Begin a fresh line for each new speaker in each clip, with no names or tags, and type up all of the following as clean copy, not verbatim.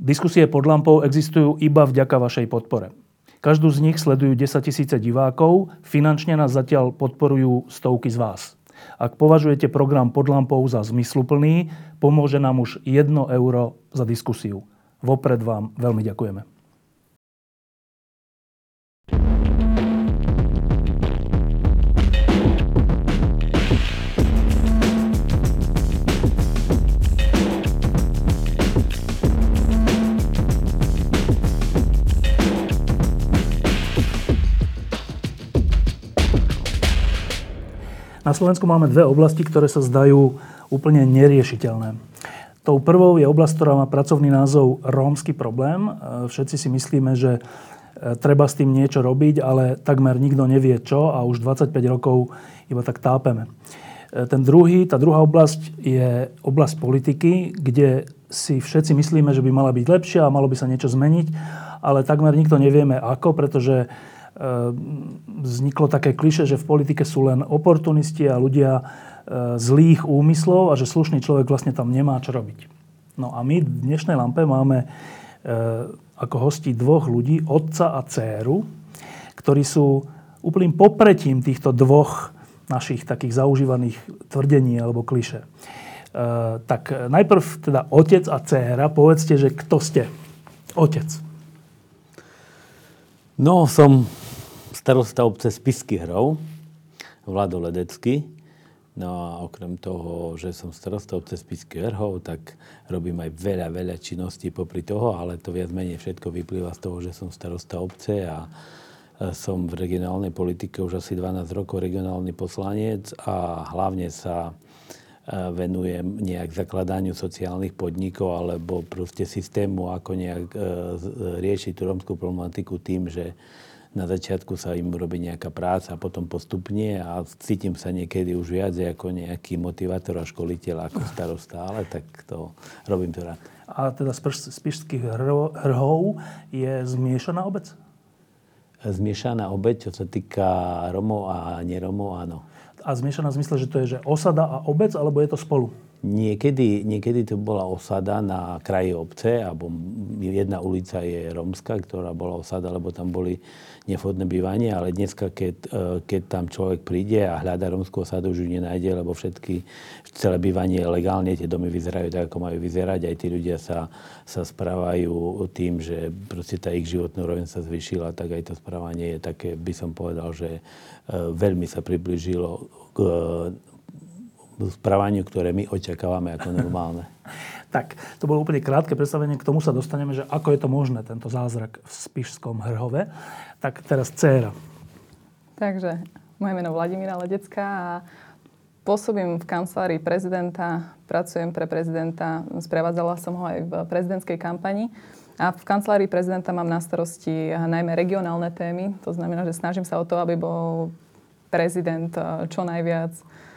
Diskusie pod lampou existujú iba vďaka vašej podpore. Každú z nich sledujú 10 000 divákov, finančne nás zatiaľ podporujú stovky z vás. Ak považujete program Pod lampou za zmysluplný, pomôže nám už 1 euro za diskusiu. Vopred vám veľmi ďakujeme. Na Slovensku máme dve oblasti, ktoré sa zdajú úplne neriešiteľné. Tou prvou je oblasť, ktorá má pracovný názov rómsky problém. Všetci si myslíme, že treba s tým niečo robiť, ale takmer nikto nevie čo a už 25 rokov iba tak tápeme. Tá druhá oblasť je oblasť politiky, kde si všetci myslíme, že by mala byť lepšia a malo by sa niečo zmeniť, ale takmer nikto nevieme ako, pretože vzniklo také klišé, že v politike sú len oportunisti a ľudia zlých úmyslov a že slušný človek vlastne tam nemá čo robiť. No a my v dnešnej lampe máme ako hosti dvoch ľudí, otca a dcéru, ktorí sú úplným popretím týchto dvoch našich takých zaužívaných tvrdení alebo klišé. Tak najprv teda otec a dcéra, povedzte, že kto ste? Otec.
No, som starosta obce Spišských Hrov, Vlado Ledecký. No a okrem toho, že som starosta obce Spišských Hrov, tak robím aj veľa činností popri toho, ale to viac menej všetko vyplýva z toho, že som starosta obce a som v regionálnej politike už asi 12 rokov regionálny poslanec a hlavne sa venujem nejak zakladaniu sociálnych podnikov alebo proste systému, ako nejak riešiť tú rómskú problematiku tým, že na začiatku sa im robí nejaká práca a potom postupne a cítim sa niekedy už viac ako nejaký motivátor a školiteľ ako starosta, ale tak to robím to rád. A
teda z Spišských Hrhov je zmiešaná obec?
Zmiešaná obec, čo sa týka Romov a neromov, áno.
A zmiešaná v zmysle, že to je že osada a obec, alebo je to spolu?
Niekedy to bola osada na kraji obce, alebo jedna ulica je rómska, ktorá bola osada, lebo tam boli nevhodné bývanie, ale dneska, keď tam človek príde a hľadá rómskú osadu, už ju nenájde, lebo celé bývanie je legálne, tie domy vyzerajú tak, ako majú vyzerať, aj tí ľudia sa správajú tým, že proste tá ich životná úroveň sa zvýšila, tak aj to správanie je také, by som povedal, že veľmi sa priblížilo k správaniu, ktoré my očakávame ako normálne.
Tak, to bolo úplne krátke predstavenie, k tomu sa dostaneme, že ako je to možné, tento zázrak v Spišskom Hrhove. Tak teraz dcéra.
Takže, moje meno Vladimíra Ledecká a pôsobím v kancelárii prezidenta, pracujem pre prezidenta, sprevádzala som ho aj v prezidentskej kampani. A v kancelárii prezidenta mám na starosti najmä regionálne témy. To znamená, že snažím sa o to, aby bol prezident čo najviac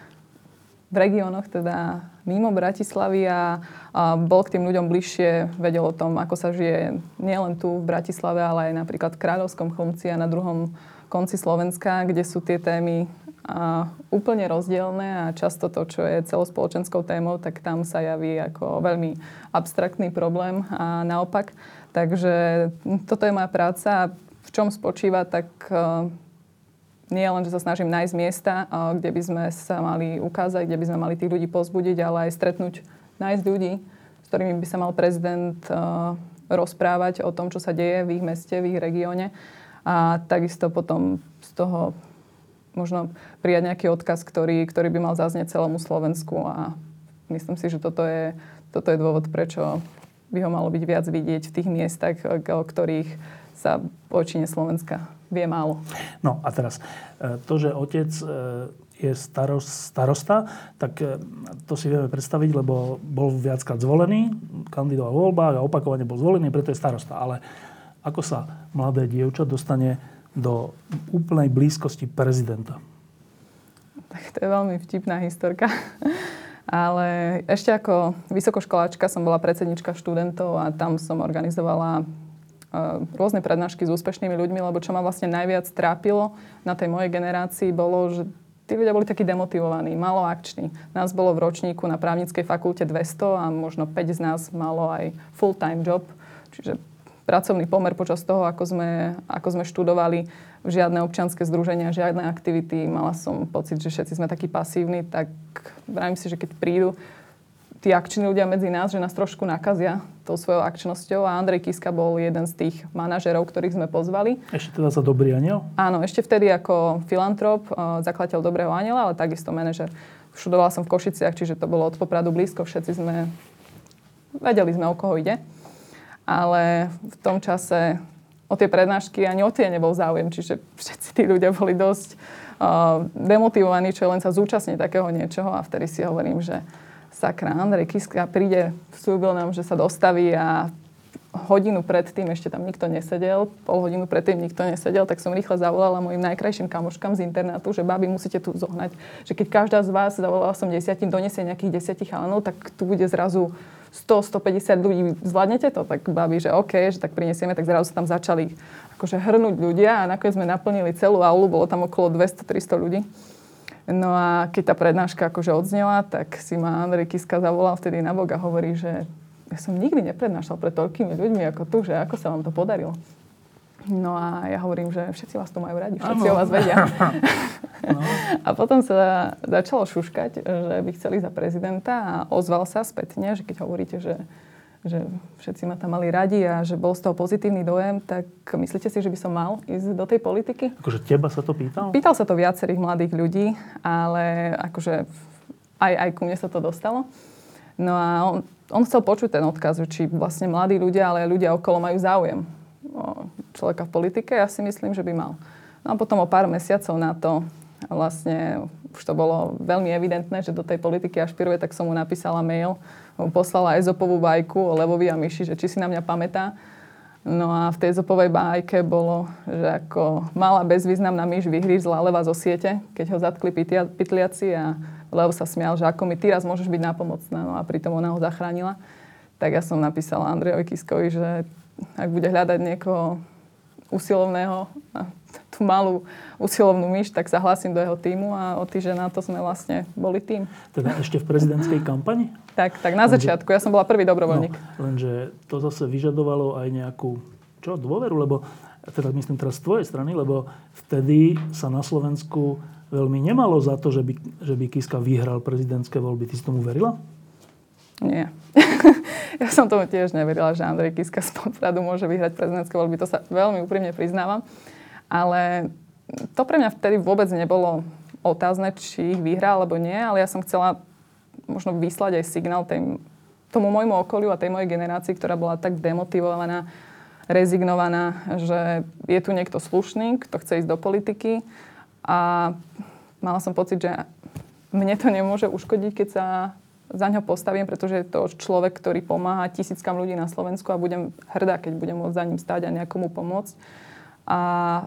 v regiónoch, teda mimo Bratislavy a bol k tým ľuďom bližšie, vedel o tom, ako sa žije nielen tu v Bratislave, ale aj napríklad v Kráľovskom Chlumci a na druhom konci Slovenska, kde sú tie témy úplne rozdielne a často to, čo je celospoločenskou témou, tak tam sa javí ako veľmi abstraktný problém a naopak. Takže toto je moja práca. V čom spočíva, tak nie len, že sa snažím nájsť miesta, kde by sme sa mali ukázať, kde by sme mali tých ľudí povzbudiť, ale aj stretnúť, nájsť ľudí, s ktorými by sa mal prezident rozprávať o tom, čo sa deje v ich meste, v ich regióne. A takisto potom z toho možno prijať nejaký odkaz, ktorý by mal zaznieť celému Slovensku. A myslím si, že toto je dôvod, prečo by ho malo byť viac vidieť v tých miestach, o ktorých sa o väčšine Slovenska vie málo.
No a teraz, to, že otec je starosta, tak to si vieme predstaviť, lebo bol viackrát zvolený, kandidoval v voľbách a opakovane bol zvolený, preto je starosta. Ale ako sa mladé dievča dostane do úplnej blízkosti prezidenta?
Tak to je veľmi vtipná historka. Ale ešte ako vysokoškoláčka som bola predsednička študentov a tam som organizovala rôzne prednášky s úspešnými ľuďmi, lebo čo ma vlastne najviac trápilo na tej mojej generácii bolo, že tí ľudia boli takí demotivovaní, málo akční. Nás bolo v ročníku na právnickej fakulte 200 a možno 5 z nás malo aj full-time job, Čiže pracovný pomer počas toho, ako sme študovali, žiadne občianske združenia, žiadne aktivity. Mala som pocit, že všetci sme takí pasívni, tak vravím si, že keď prídu tí akční ľudia medzi nás, že nás trošku nakazia tou svojou akčnosťou a Andrej Kiska bol jeden z tých manažerov, ktorých sme pozvali.
Ešte teda za Dobrý aniel?
Áno, ešte vtedy ako filantrop, zakladateľ Dobrého anjela, ale takisto manažer. Študovala som v Košiciach, čiže to bolo od Popradu blízko, vedeli sme, o koho ide. Ale v tom čase o tie prednášky ani o tie nebol záujem, čiže všetci tí ľudia boli dosť demotivovaní, čo len sa zúčastniť takého niečoho a vtedy si hovorím, že sakra, Andrej Kiska príde, slúbil nám, že sa dostaví a hodinu predtým ešte tam nikto nesedel, pol hodinu predtým nikto nesedel, tak som rýchle zavolala mojim najkrajším kamoškám z internátu, že babi, musíte tu zohnať, že keď každá z vás, zavolala som 10, donesie nejakých 10 chalanov, tak tu bude zrazu 100-150 ľudí. Zvládnete to? Tak babi, že OK, že tak prinesieme, tak zrazu sa tam začali akože hrnúť ľudia a nakoniec sme naplnili celú aulu, bolo tam okolo 200-300 ľudí. No a keď tá prednáška akože odznela, tak si ma Andrej Kiska zavolal vtedy na bok a hovorí, že ja som nikdy neprednášal pred toľkými ľuďmi ako tu, že ako sa vám to podarilo. No a ja hovorím, že všetci vás tu majú radi, všetci o vás vedia. No. A potom sa začalo šuškať, že by chceli za prezidenta a ozval sa spätne, že keď hovoríte, že všetci ma tam mali radi a že bol z toho pozitívny dojem, tak myslíte si, že by som mal ísť do tej politiky?
Akože teba sa to pýtal?
Pýtal sa to viacerých mladých ľudí, ale akože aj ku mne sa to dostalo. No a on chcel počuť ten odkaz, či vlastne mladí ľudia, ale aj ľudia okolo majú záujem o človeka v politike. Ja si myslím, že by mal. No a potom o pár mesiacov na to vlastne už to bolo veľmi evidentné, že do tej politiky ašpiruje, tak som mu napísala mail, poslala Ezopovú bajku o levovi a myši, že či si na mňa pamätá. No a v tej Ezopovej bajke bolo, že ako malá bezvýznamná myš vyhrízla leva zo siete, keď ho zatkli pytliaci a lev sa smial, že ako mi ty raz môžeš byť nápomocná. No a pritom ona ho zachránila. Tak ja som napísala Andrejovi Kiskovi, že ak bude hľadať niekoho usilovného, tú malú usilovnú myš, tak sa hlásim do jeho tímu a o týždeň na to sme vlastne boli tým.
Teda ešte v prezidentskej kampani?
Tak na začiatku. Ja som bola prvý dobrovoľník.
No, lenže to zase vyžadovalo aj nejakú dôveru, lebo teda myslím teraz z tvojej strany, lebo vtedy sa na Slovensku veľmi nemalo za to, že by Kiska vyhral prezidentské voľby. Ty si tomu verila?
Nie. Ja som tomu tiež neverila, že Andrej Kiska z Popradu môže vyhrať prezidentské voľby. To sa veľmi úprimne priznávam. Ale to pre mňa vtedy vôbec nebolo otázne, či ich vyhrá alebo nie, ale ja som chcela možno vyslať aj signál tomu môjmu okoliu a tej mojej generácii, ktorá bola tak demotivovaná, rezignovaná, že je tu niekto slušný, kto chce ísť do politiky a mala som pocit, že mne to nemôže uškodiť, keď sa za ňo postavím, pretože je to človek, ktorý pomáha tisíckam ľudí na Slovensku a budem hrdá, keď budem môcť za ním stáť a nejakomu pomôcť. A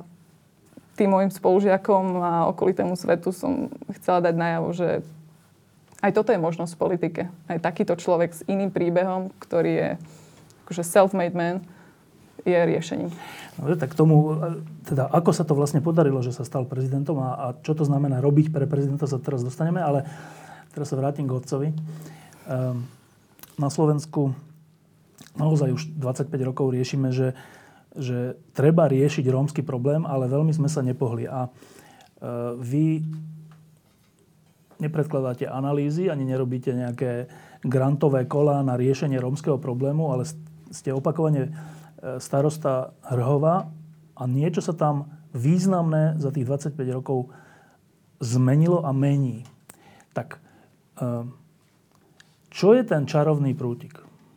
tým môjim spolužiakom a okolitému svetu som chcela dať najavo, že aj toto je možnosť v politike. Aj takýto človek s iným príbehom, ktorý je akože self-made man, je riešením.
No, tak tomu, teda ako sa to vlastne podarilo, že sa stal prezidentom a čo to znamená robiť pre prezidenta, sa teraz dostaneme, ale teraz sa vrátim k otcovi. Na Slovensku naozaj už 25 rokov riešime, že treba riešiť rómsky problém, ale veľmi sme sa nepohli. A vy nepredkladáte analýzy, ani nerobíte nejaké grantové kolá na riešenie rómskeho problému, ale ste opakovane starosta Hrhova a niečo sa tam významné za tých 25 rokov zmenilo a mení. Tak čo je ten čarovný prútik?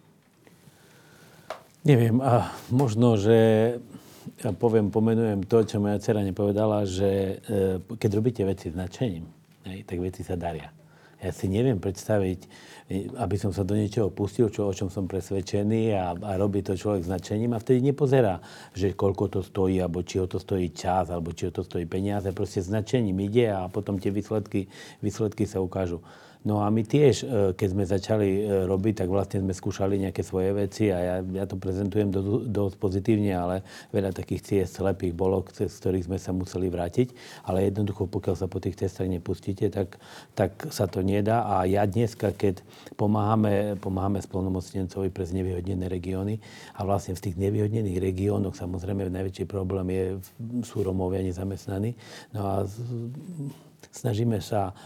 Neviem, a možno, že ja pomenujem to, čo moja dcera nepovedala, že keď robíte veci s nadšením, tak veci sa daria. Ja si neviem predstaviť, aby som sa do niečoho pustil, o čom som presvedčený a robí to človek s nadšením a vtedy nepozerá, že koľko to stojí, alebo či ho to stojí čas, alebo či ho to stojí peniaze. Proste s nadšením ide a potom tie výsledky sa ukážu. No a my tiež, keď sme začali robiť, tak vlastne sme skúšali nejaké svoje veci a ja to prezentujem dosť pozitívne, ale veľa takých ciest slepých bolo, z ktorých sme sa museli vrátiť. Ale jednoducho, pokiaľ sa po tých cestách nepustíte, tak sa to nedá. A ja dneska, keď pomáhame splnomocnencovi pre znevýhodnené regióny a vlastne v tých znevýhodnených regiónoch samozrejme najväčší problém sú Rómovia nezamestnaní. No a snažíme sa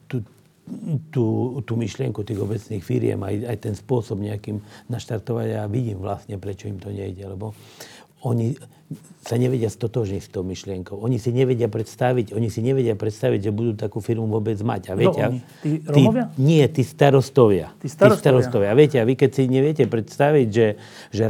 tú myšlienku tých obecných firiem aj ten spôsob nejakým naštartovať a ja vidím vlastne, prečo im to nejde, lebo oni sa nevedia stotožniť s tou myšlienkou. Oni si nevedia predstaviť, že budú takú firmu vôbec mať. A viete,
oni? Tí Rómovia?
Nie, tí starostovia. Tí starostovia. A viete, a vy keď si neviete predstaviť, že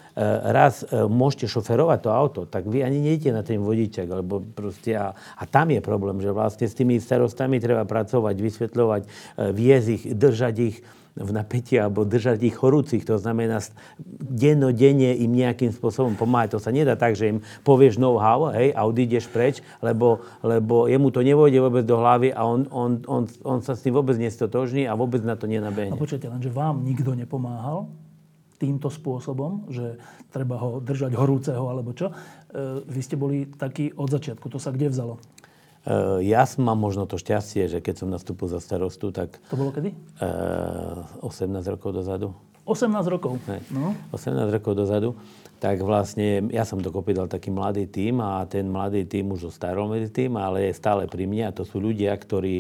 raz môžete šoferovať to auto, tak vy ani nejdete na ten vodičak, alebo proste a tam je problém, že vlastne s tými starostami treba pracovať, vysvetľovať, viesť ich, držať ich v napätí alebo držať ich horúcich. To znamená dennodenne im nejakým spôsobom pomáhať. To sa nedá tak, že im povieš know-how, hej, a odídeš preč, lebo jemu to nevojde vôbec do hlavy a on sa s tým vôbec nestotožní a vôbec na to nenabehne.
A počujete, lenže vám nikto nepomáhal týmto spôsobom, že treba ho držať horúceho alebo čo. Vy ste boli takí od začiatku. To sa kde vzalo?
Ja mám možno to šťastie, že keď som nastúpil za starostu, tak...
To bolo kedy?
18 rokov dozadu.
18 rokov?
No. 18 rokov dozadu. Tak vlastne ja som dokopy dal taký mladý tím a ten mladý tím už zostarol medzi tým, ale je stále pri mne a to sú ľudia,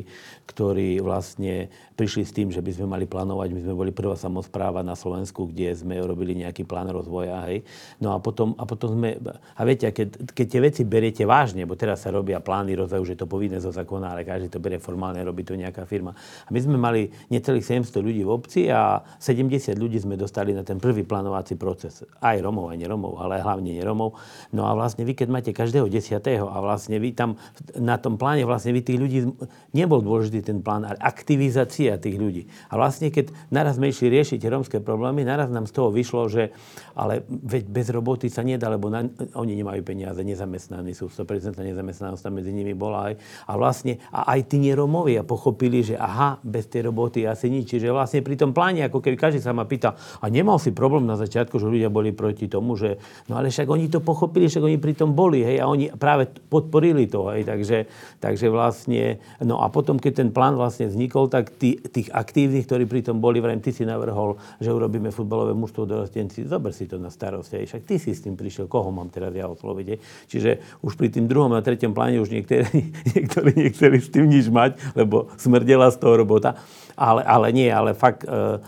ktorí vlastne prišli s tým, že by sme mali plánovať. My sme boli prvá samospráva na Slovensku, kde sme robili nejaký plán rozvoja, hej. No a potom sme... A viete, keď tie veci beriete vážne, bo teraz sa robia plány rozvoja, už je to povinné zo zákona, ale každý to berie formálne, robí to nejaká firma. A my sme mali necelých 700 ľudí v obci a 70 ľudí sme dostali na ten prvý plánovací proces. Aj Rómov, aj neromov, ale hlavne neromov. No a vlastne vy, keď máte každého 10. a vlastne vy tam na tom pláne vlastne vy tých ľudí, nebol dôležitý ten plán, ale aktivizácia tých ľudí. A vlastne, keď naraz sme išli riešiť rómske problémy, naraz nám z toho vyšlo, že ale veď bez roboty sa nedá, lebo oni nemajú peniaze, nezamestnaní sú, 100% nezamestnanosť tam medzi nimi bola aj. A vlastne aj tí nerómovia pochopili, že aha, bez tej roboty asi nič. Čiže vlastne pri tom pláne, ako keby každý sa ma pýta, a nemal si problém na začiatku, že ľudia boli proti tomu, že no ale však oni to pochopili, však oni pri tom boli, hej, a oni práve podporili to, hej, takže vlastne, no a potom, keď ten plán vlastne vznikol, tak tých aktívnych, ktorí pri tom boli, vrajím, ty si navrhol, že urobíme futbalové mužstvo dorostenci, zober si to na starosť, hej, však ty si s tým prišiel, koho mám teraz ja osloviť, hej. Čiže už pri tým druhom a treťom pláne už niektorí nechceli s tým nič mať, lebo smrdela z toho robota. Ale nie, ale fakt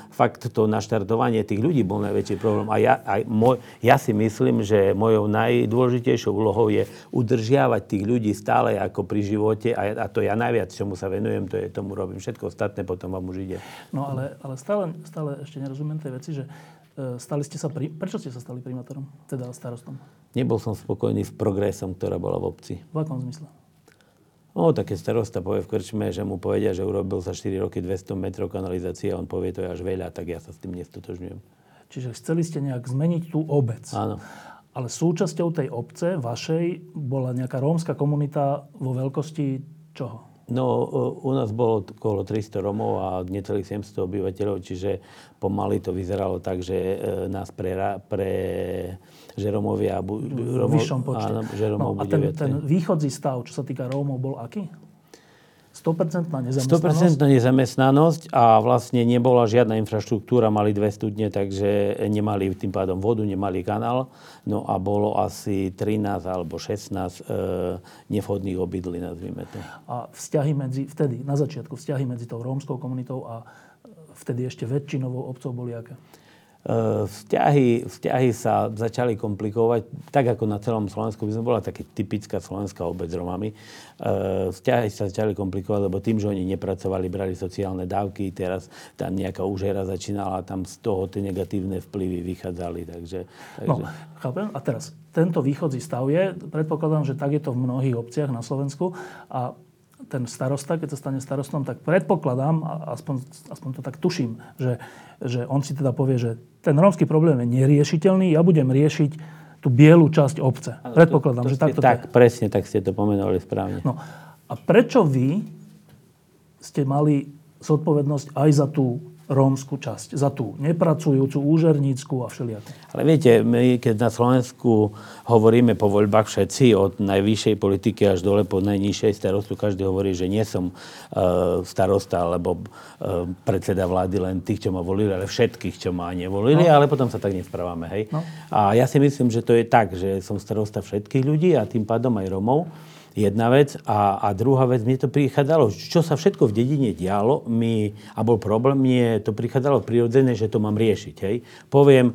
to naštartovanie tých ľudí bol najväčší problém. A ja si myslím, že mojou najdôležitejšou úlohou je udržiavať tých ľudí stále ako pri živote a to ja najviac, čomu sa venujem, to je tomu robím všetko ostatné, potom vám už ide.
No ale stále ešte nerozumiem tej veci, že prečo ste sa stali primátorom, teda starostom?
Nebol som spokojný s progresom, ktorá bola v obci.
V akom zmysle?
No, také starosta povie v krčme, že mu povedia, že urobil za 4 roky 200 metrov kanalizácie a on povie, to je až veľa, tak ja sa s tým nestotožňujem.
Čiže chceli ste nejak zmeniť tú obec.
Áno.
Ale súčasťou tej obce, vašej, bola nejaká rómska komunita vo veľkosti čoho?
No, u nás bolo okolo 300 Rómov a necelých 700 obyvateľov, čiže pomaly to vyzeralo tak, že nás že Rómovia...
V vyššom počte.
Áno, že Rómov bude viac.
A ten východzí stav, čo sa týka Rómov, bol aký? 100% nezamestnanosť?
100% nezamestnanosť a vlastne nebola žiadna infraštruktúra, mali 2 studne, takže nemali tým pádom vodu, nemali kanál. No a bolo asi 13 alebo 16 nevhodných obydlí, nazvime to.
A vzťahy vtedy, na začiatku, vzťahy medzi tou rómskou komunitou a vtedy ešte väčšinovou obcov boli aké?
Vzťahy sa začali komplikovať, tak ako na celom Slovensku. My sme bola taká typická slovenská obec s Romami. Vzťahy sa začali komplikovať, lebo tým, že oni nepracovali, brali sociálne dávky, teraz tam nejaká úžera začínala, tam z toho tie negatívne vplyvy vychádzali. Takže...
No, chápem. A teraz, tento východzí stav je, predpokladám, že tak je to v mnohých obciach na Slovensku a ten starosta, keď sa stane starostom, tak predpokladám, aspoň to tak tuším, že on si teda povie, že ten rómsky problém je neriešiteľný, ja budem riešiť tú bielu časť obce. Predpokladám, že takto
tak, presne, tak ste to pomenovali správne.
No, a prečo vy ste mali zodpovednosť aj za tú rómsku časť, za tú nepracujúcu, úžernícku a všelijakú.
Ale viete, my keď na Slovensku hovoríme po voľbách všetci od najvyššej politiky až dole po najnižšej starostu, každý hovorí, že nie som starosta alebo predseda vlády len tých, čo ma volili, ale všetkých, čo ma nevolili, ale potom sa tak nesprávame, hej. No. A ja si myslím, že to je tak, že som starosta všetkých ľudí a tým pádom aj Romov. Jedna vec. A druhá vec, mne to prichádzalo, čo sa všetko v dedine dialo, a bol problém, mne to prichádzalo prirodzené, že to mám riešiť. Hej. Poviem,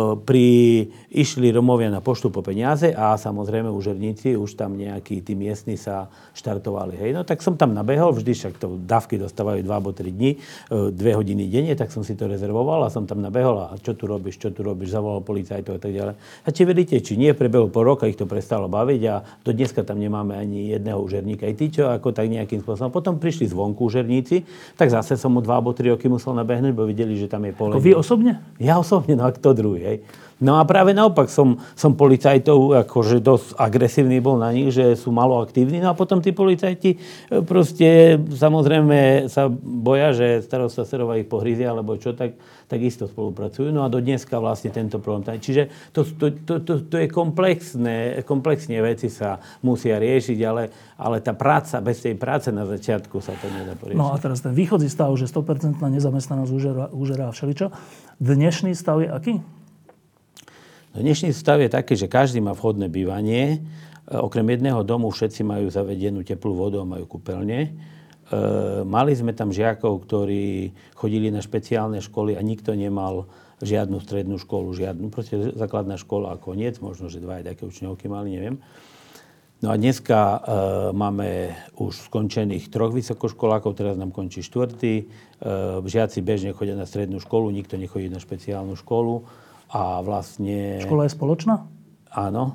išli Romovia na poštu po peniaze a samozrejme úžerníci, už tam nejakí tí miestni sa štartovali. Hej. No tak som tam nabehol, vždy však to dávky dostávajú 2 alebo 3 dní, 2 hodiny denne, tak som si to rezervoval a som tam nabehol a čo tu robíš, zavolal policajtov a tak ďalej. A či veríte, či nie, prebehol po roka, ich to prestalo baviť a do dneska tam nemáme ani jedného úžerníka. Aj tí, čo ako tak nejakým spôsobom. Potom prišli zvonku úžerníci, tak zase som mu 2 alebo 3 roky musel nabehnúť, bo videli, že tam je pole.
Ako vy osobne?
Ja osobne, no a kto druhý, hej. No a práve naopak som policajtov akože dosť agresívny bol na nich, že sú malo aktívni. No a potom tí policajti proste samozrejme sa boja, že starosta Serova ich pohryzie, alebo čo, tak isto spolupracujú. No a do dneska vlastne tento problém. Čiže to je komplexne veci sa musia riešiť, ale tá práca, bez tej práce na začiatku sa to nedá poriešiť.
No a teraz ten východzí stav, že 100% nezamestnanosť úžera a všeličo. Dnešný stav je aký?
Dnešný stav je taký, že každý má vhodné bývanie. Okrem jedného domu všetci majú zavedenú teplú vodu a majú kúpeľne. Mali sme tam žiakov, ktorí chodili na špeciálne školy a nikto nemal žiadnu strednú školu, proste základná škola a koniec, možno, že 2 také učňovky mali, neviem. No a dneska máme už skončených 3 vysokoškolákov, teraz nám končí 4. Žiaci bežne chodia na strednú školu, nikto nechodí na špeciálnu školu. A vlastne...
Škola je spoločná?
Áno.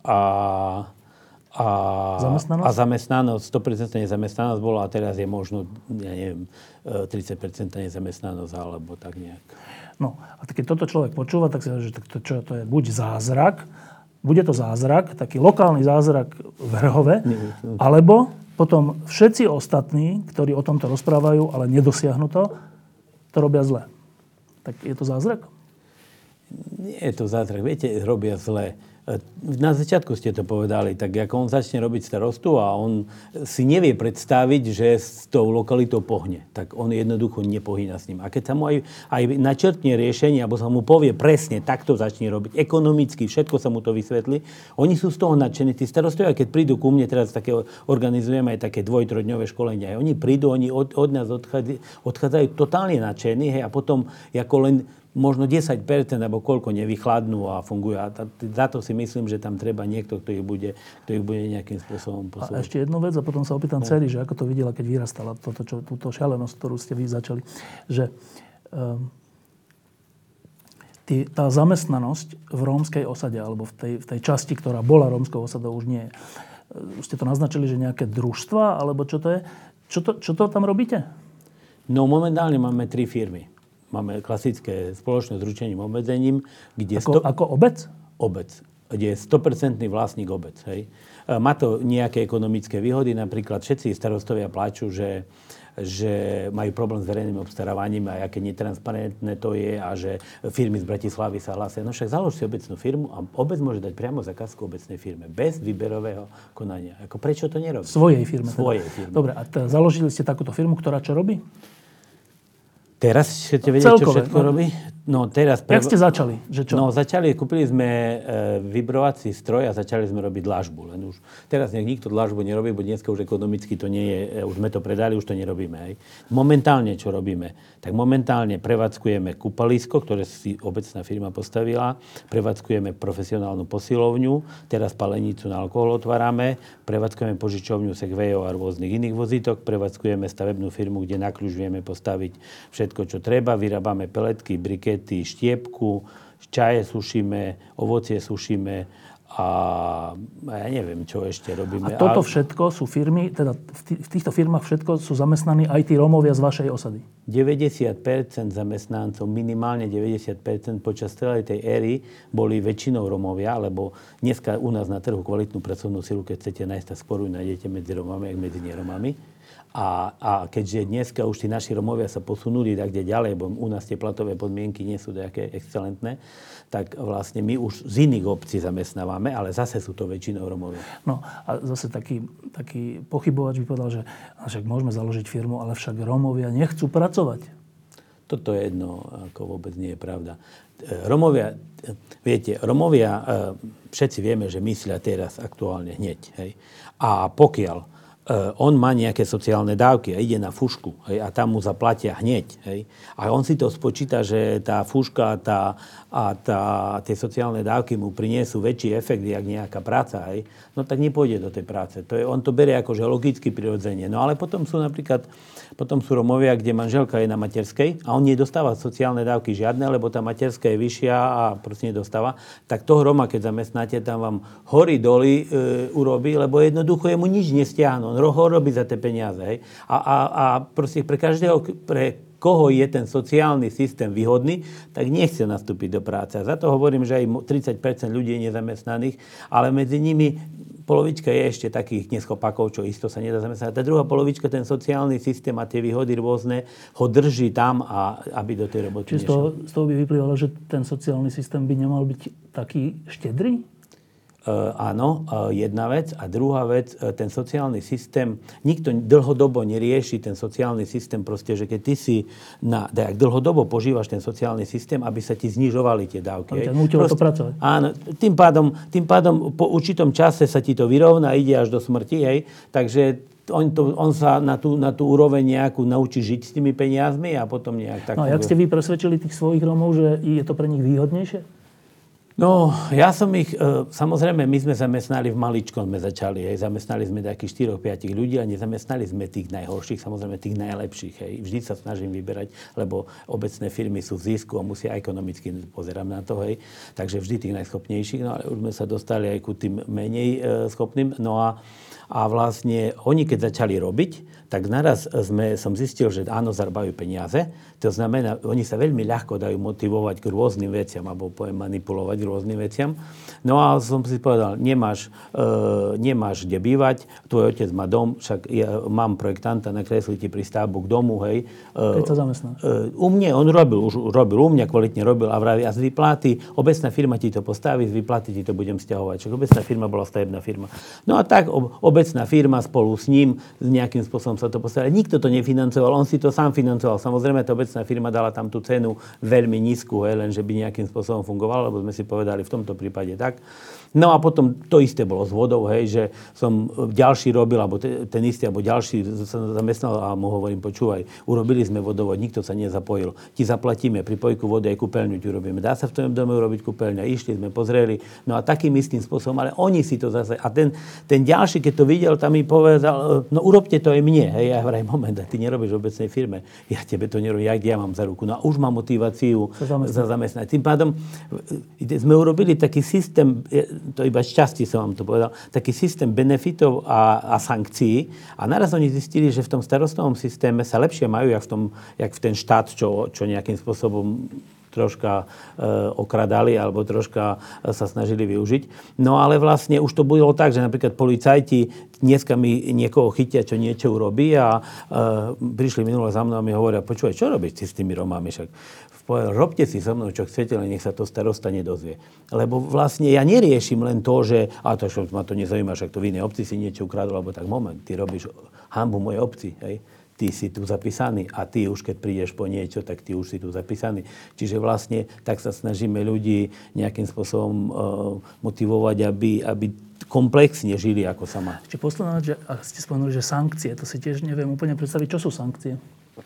Zamestnanosť?
A zamestnanosť, 100% nezamestnanosť bola a teraz je možno, ja neviem, 30% nezamestnanosť alebo tak nejak.
No, a keď toto človek počúva, tak si hovorí, že to je buď zázrak, bude to zázrak, taký lokálny zázrak v Hrhove, alebo potom všetci ostatní, ktorí o tomto rozprávajú, ale nedosiahnu to robia zle. Tak je to zázrak?
Nie je to zázrak. Viete, robia zle. Na začiatku ste to povedali, tak ako on začne robiť starostu a on si nevie predstaviť, že s tou lokalitou pohne. Tak on jednoducho nepohýna s ním. A keď sa mu aj načrtne riešenie, alebo sa mu povie presne, takto začne robiť, ekonomicky, všetko sa mu to vysvetlí, oni sú z toho nadšení. Tí starostovia, keď prídu ku mne, teraz také organizujeme aj také 2-3-dňové školenia, aj oni prídu, oni od nás odchádzajú totálne nadšení, hej, a potom ako len možno 10% alebo koľko nevychladnú a fungujú. A za to si myslím, že tam treba niekto, kto ich bude nejakým spôsobom posúvať.
A ešte jednu vec, a potom sa opýtam dcery, že ako to videla, keď vyrastala túto šialenosť, ktorú ste vy začali. Že tá zamestnanosť v rómskej osade, alebo v tej časti, ktorá bola rómskou osadou, už nie je. Už ste to naznačili, že nejaké družstva, alebo čo to je? Čo to tam robíte?
No momentálne máme 3 firmy. Máme klasické spoločné s ručením obmedzením, kde...
Ako obec?
Obec, kde je 100% vlastník obec. Hej. Má to nejaké ekonomické výhody, napríklad všetci starostovia pláču, že majú problém s verejným obstarávaním a aké netransparentné to je a že firmy z Bratislavy sa hlásia. No však založ si obecnú firmu a obec môže dať priamo zakázku obecnej firme, bez výberového konania. Ako prečo to nerobí?
Svojej firme.
Svojej firme.
Dobre, a založili ste takúto firmu, ktorá čo robí?
Teraz chcete vedieť, čo všetko robí? No teraz...
Jak ste začali? Že čo?
No kúpili sme vybrovací stroj a začali sme robiť dlažbu. Len už teraz nikto dlažbu nerobí, bo dneska už ekonomicky to nie je, už sme to predali, už to nerobíme. Hej. Momentálne čo robíme? Tak momentálne prevádzkujeme kúpalisko, ktoré si obecná firma postavila, prevádzkujeme profesionálnu posilovňu, teraz palenicu na alkohol otvárame, prevádzkujeme požičovňu segwayov a rôznych iných vozítok, prevádzkujeme stavebnú firmu, kde na kľúč vieme postaviť všetko, čo treba, vyrábame peletky, brikety, štiepku, čaje sušíme, ovocie sušíme a ja neviem, čo ešte robíme.
A toto všetko sú firmy, teda v týchto firmách všetko sú zamestnaní aj tí Rómovia z vašej osady?
90% zamestnancov, minimálne 90% počas celej tej éry boli väčšinou Rómovia, lebo dneska u nás na trhu kvalitnú pracovnú silu, keď chcete nájsť, tak skôr ju nájdete medzi Rómami, ako medzi neromami. A keďže dneska už tí naši Romovia sa posunuli tak kde ďalej, bo u nás tie platové podmienky nie sú také excelentné, tak vlastne my už z iných obcí zamestnávame, ale zase sú to väčšinou Romovia.
No a zase taký pochybovač by povedal, že však môžeme založiť firmu, ale však Romovia nechcú pracovať.
Toto je jedno, ako vôbec nie je pravda. Romovia, všetci vieme, že myslia teraz aktuálne hneď. Hej? A pokiaľ on má nejaké sociálne dávky a ide na fušku, hej, a tam mu zaplatia hneď. Hej, a on si to spočíta, že tá fuška tie sociálne dávky mu priniesú väčší efekt, jak nejaká práca, hej, no tak nepôjde do tej práce. On to berie ako že logicky prirodzene. No ale potom sú Romovia, kde manželka je na materskej a on nedostáva sociálne dávky žiadne, lebo tá materská je vyššia a proste nedostáva. Tak toho Roma, keď zamestnáte, tam vám hory doly urobí, lebo jednoducho jemu nič nestiahnu. On robí za tie peniaze. Hej. A proste pre koho je ten sociálny systém výhodný, tak nechce nastúpiť do práce. A za to hovorím, že aj 30% ľudí je nezamestnaných, ale medzi nimi polovička je ešte takých neschopákov, čo isto sa nedá zamestnať. Tá druhá polovička, ten sociálny systém a tie výhody rôzne, ho drží tam, aby do tej roboty nešiel.
Čiže z toho by vyplývalo, že ten sociálny systém by nemal byť taký štedrý?
Áno, jedna vec. A druhá vec, ten sociálny systém, nikto dlhodobo nerieši ten sociálny systém, proste, že keď ty si ak dlhodobo požívaš ten sociálny systém, aby sa ti znižovali tie dávky.
Aby ťa nutilo to pracovať.
Áno, tým pádom po určitom čase sa ti to vyrovná, ide až do smrti, hej. Takže on sa na tú úroveň nejakú naučí žiť s tými peniazmi a potom nejak tak...
No a jak ste vy presvedčili tých svojich Rómov, že je to pre nich výhodnejšie?
No, ja som ich, samozrejme, my sme zamestnali v maličkom, sme začali, hej, zamestnali sme takých 4-5 ľudí a nezamestnali sme tých najhorších, samozrejme tých najlepších, hej. Vždy sa snažím vyberať, lebo obecné firmy sú v zisku a musia ekonomicky pozerať na to, hej. Takže vždy tých najschopnejších, no ale už sme sa dostali aj ku tým menej schopným, no a vlastne oni, keď začali robiť, tak naraz som zistil, že áno, zarábajú peniaze. To znamená, oni sa veľmi ľahko dajú motivovať k rôznym veciam, alebo manipulovať k rôznym veciam. No a som si povedal, nemáš kde bývať, tvoj otec má dom, však ja mám projektanta, nakreslí ti prístavbu k domu, hej.
Keď sa zamestnáš?
U mne, on robil u mňa, kvalitne robil a vraví, a z výplaty, obecná firma ti to postaví, z výplaty ti to budem sťahovať. Však obecná firma bola stavebná firma. No a tak obecná firma spolu s ním nejakým spôsobom sa to postavili. Nikto to nefinancoval, on si to sám financoval. Samozrejme, tá obecná firma dala tam tú cenu veľmi nízku, len že by nejakým spôsobom fungovala, lebo sme si povedali v tomto prípade tak. No a potom to isté bolo s vodou, hej, že som ďalší robil, alebo ten istý, alebo ďalší sa zamestnal a mu hovorím, počúvaj, urobili sme vodovod, nikto sa nezapojil. Ti zaplatíme, pri pojku vody aj kúpeľňu ti urobíme. Dá sa v tom dome urobiť kúpeľňa. Išli sme, pozreli, no a takým istým spôsobom, ale oni si to zase, a ten ďalší, keď to videl, tam mi povedal, no urobte to aj mne, hej, ja vraj, moment, ty nerobíš v obecnej firme, ja tebe to nerobím, ja mám za ruku, no a už mám motiváciu za zamestnať. Tým pádom sme urobili taký systém, to iba z časti som vám to povedal, taký systém benefitov a sankcií a naraz oni zistili, že v tom starostnovom systéme sa lepšie majú, jak v ten štát, čo nejakým spôsobom troška okradali alebo troška sa snažili využiť. No ale vlastne už to bolo tak, že napríklad policajti dneska mi niekoho chytia, čo niečo urobí a prišli minule za mnou a mi hovoria, počúvaj, čo robíš ty s tými Romami? Však robte si so mnou, čo chcete, len nech sa to starosta nedozvie. Lebo vlastne ja neriešim len to, že to ma to nezaujíma, však to v inej obci si niečo ukradol, alebo tak moment, ty robíš hanbu mojej obci, hej? Ty si tu zapísaný a ty už, keď prídeš po niečo, tak ty už si tu zapísaný. Čiže vlastne tak sa snažíme ľudí nejakým spôsobom motivovať, aby komplexne žili ako sa má.
Ešte posledná, že ste spomenuli, že sankcie, to si tiež neviem úplne predstaviť. Čo sú sankcie?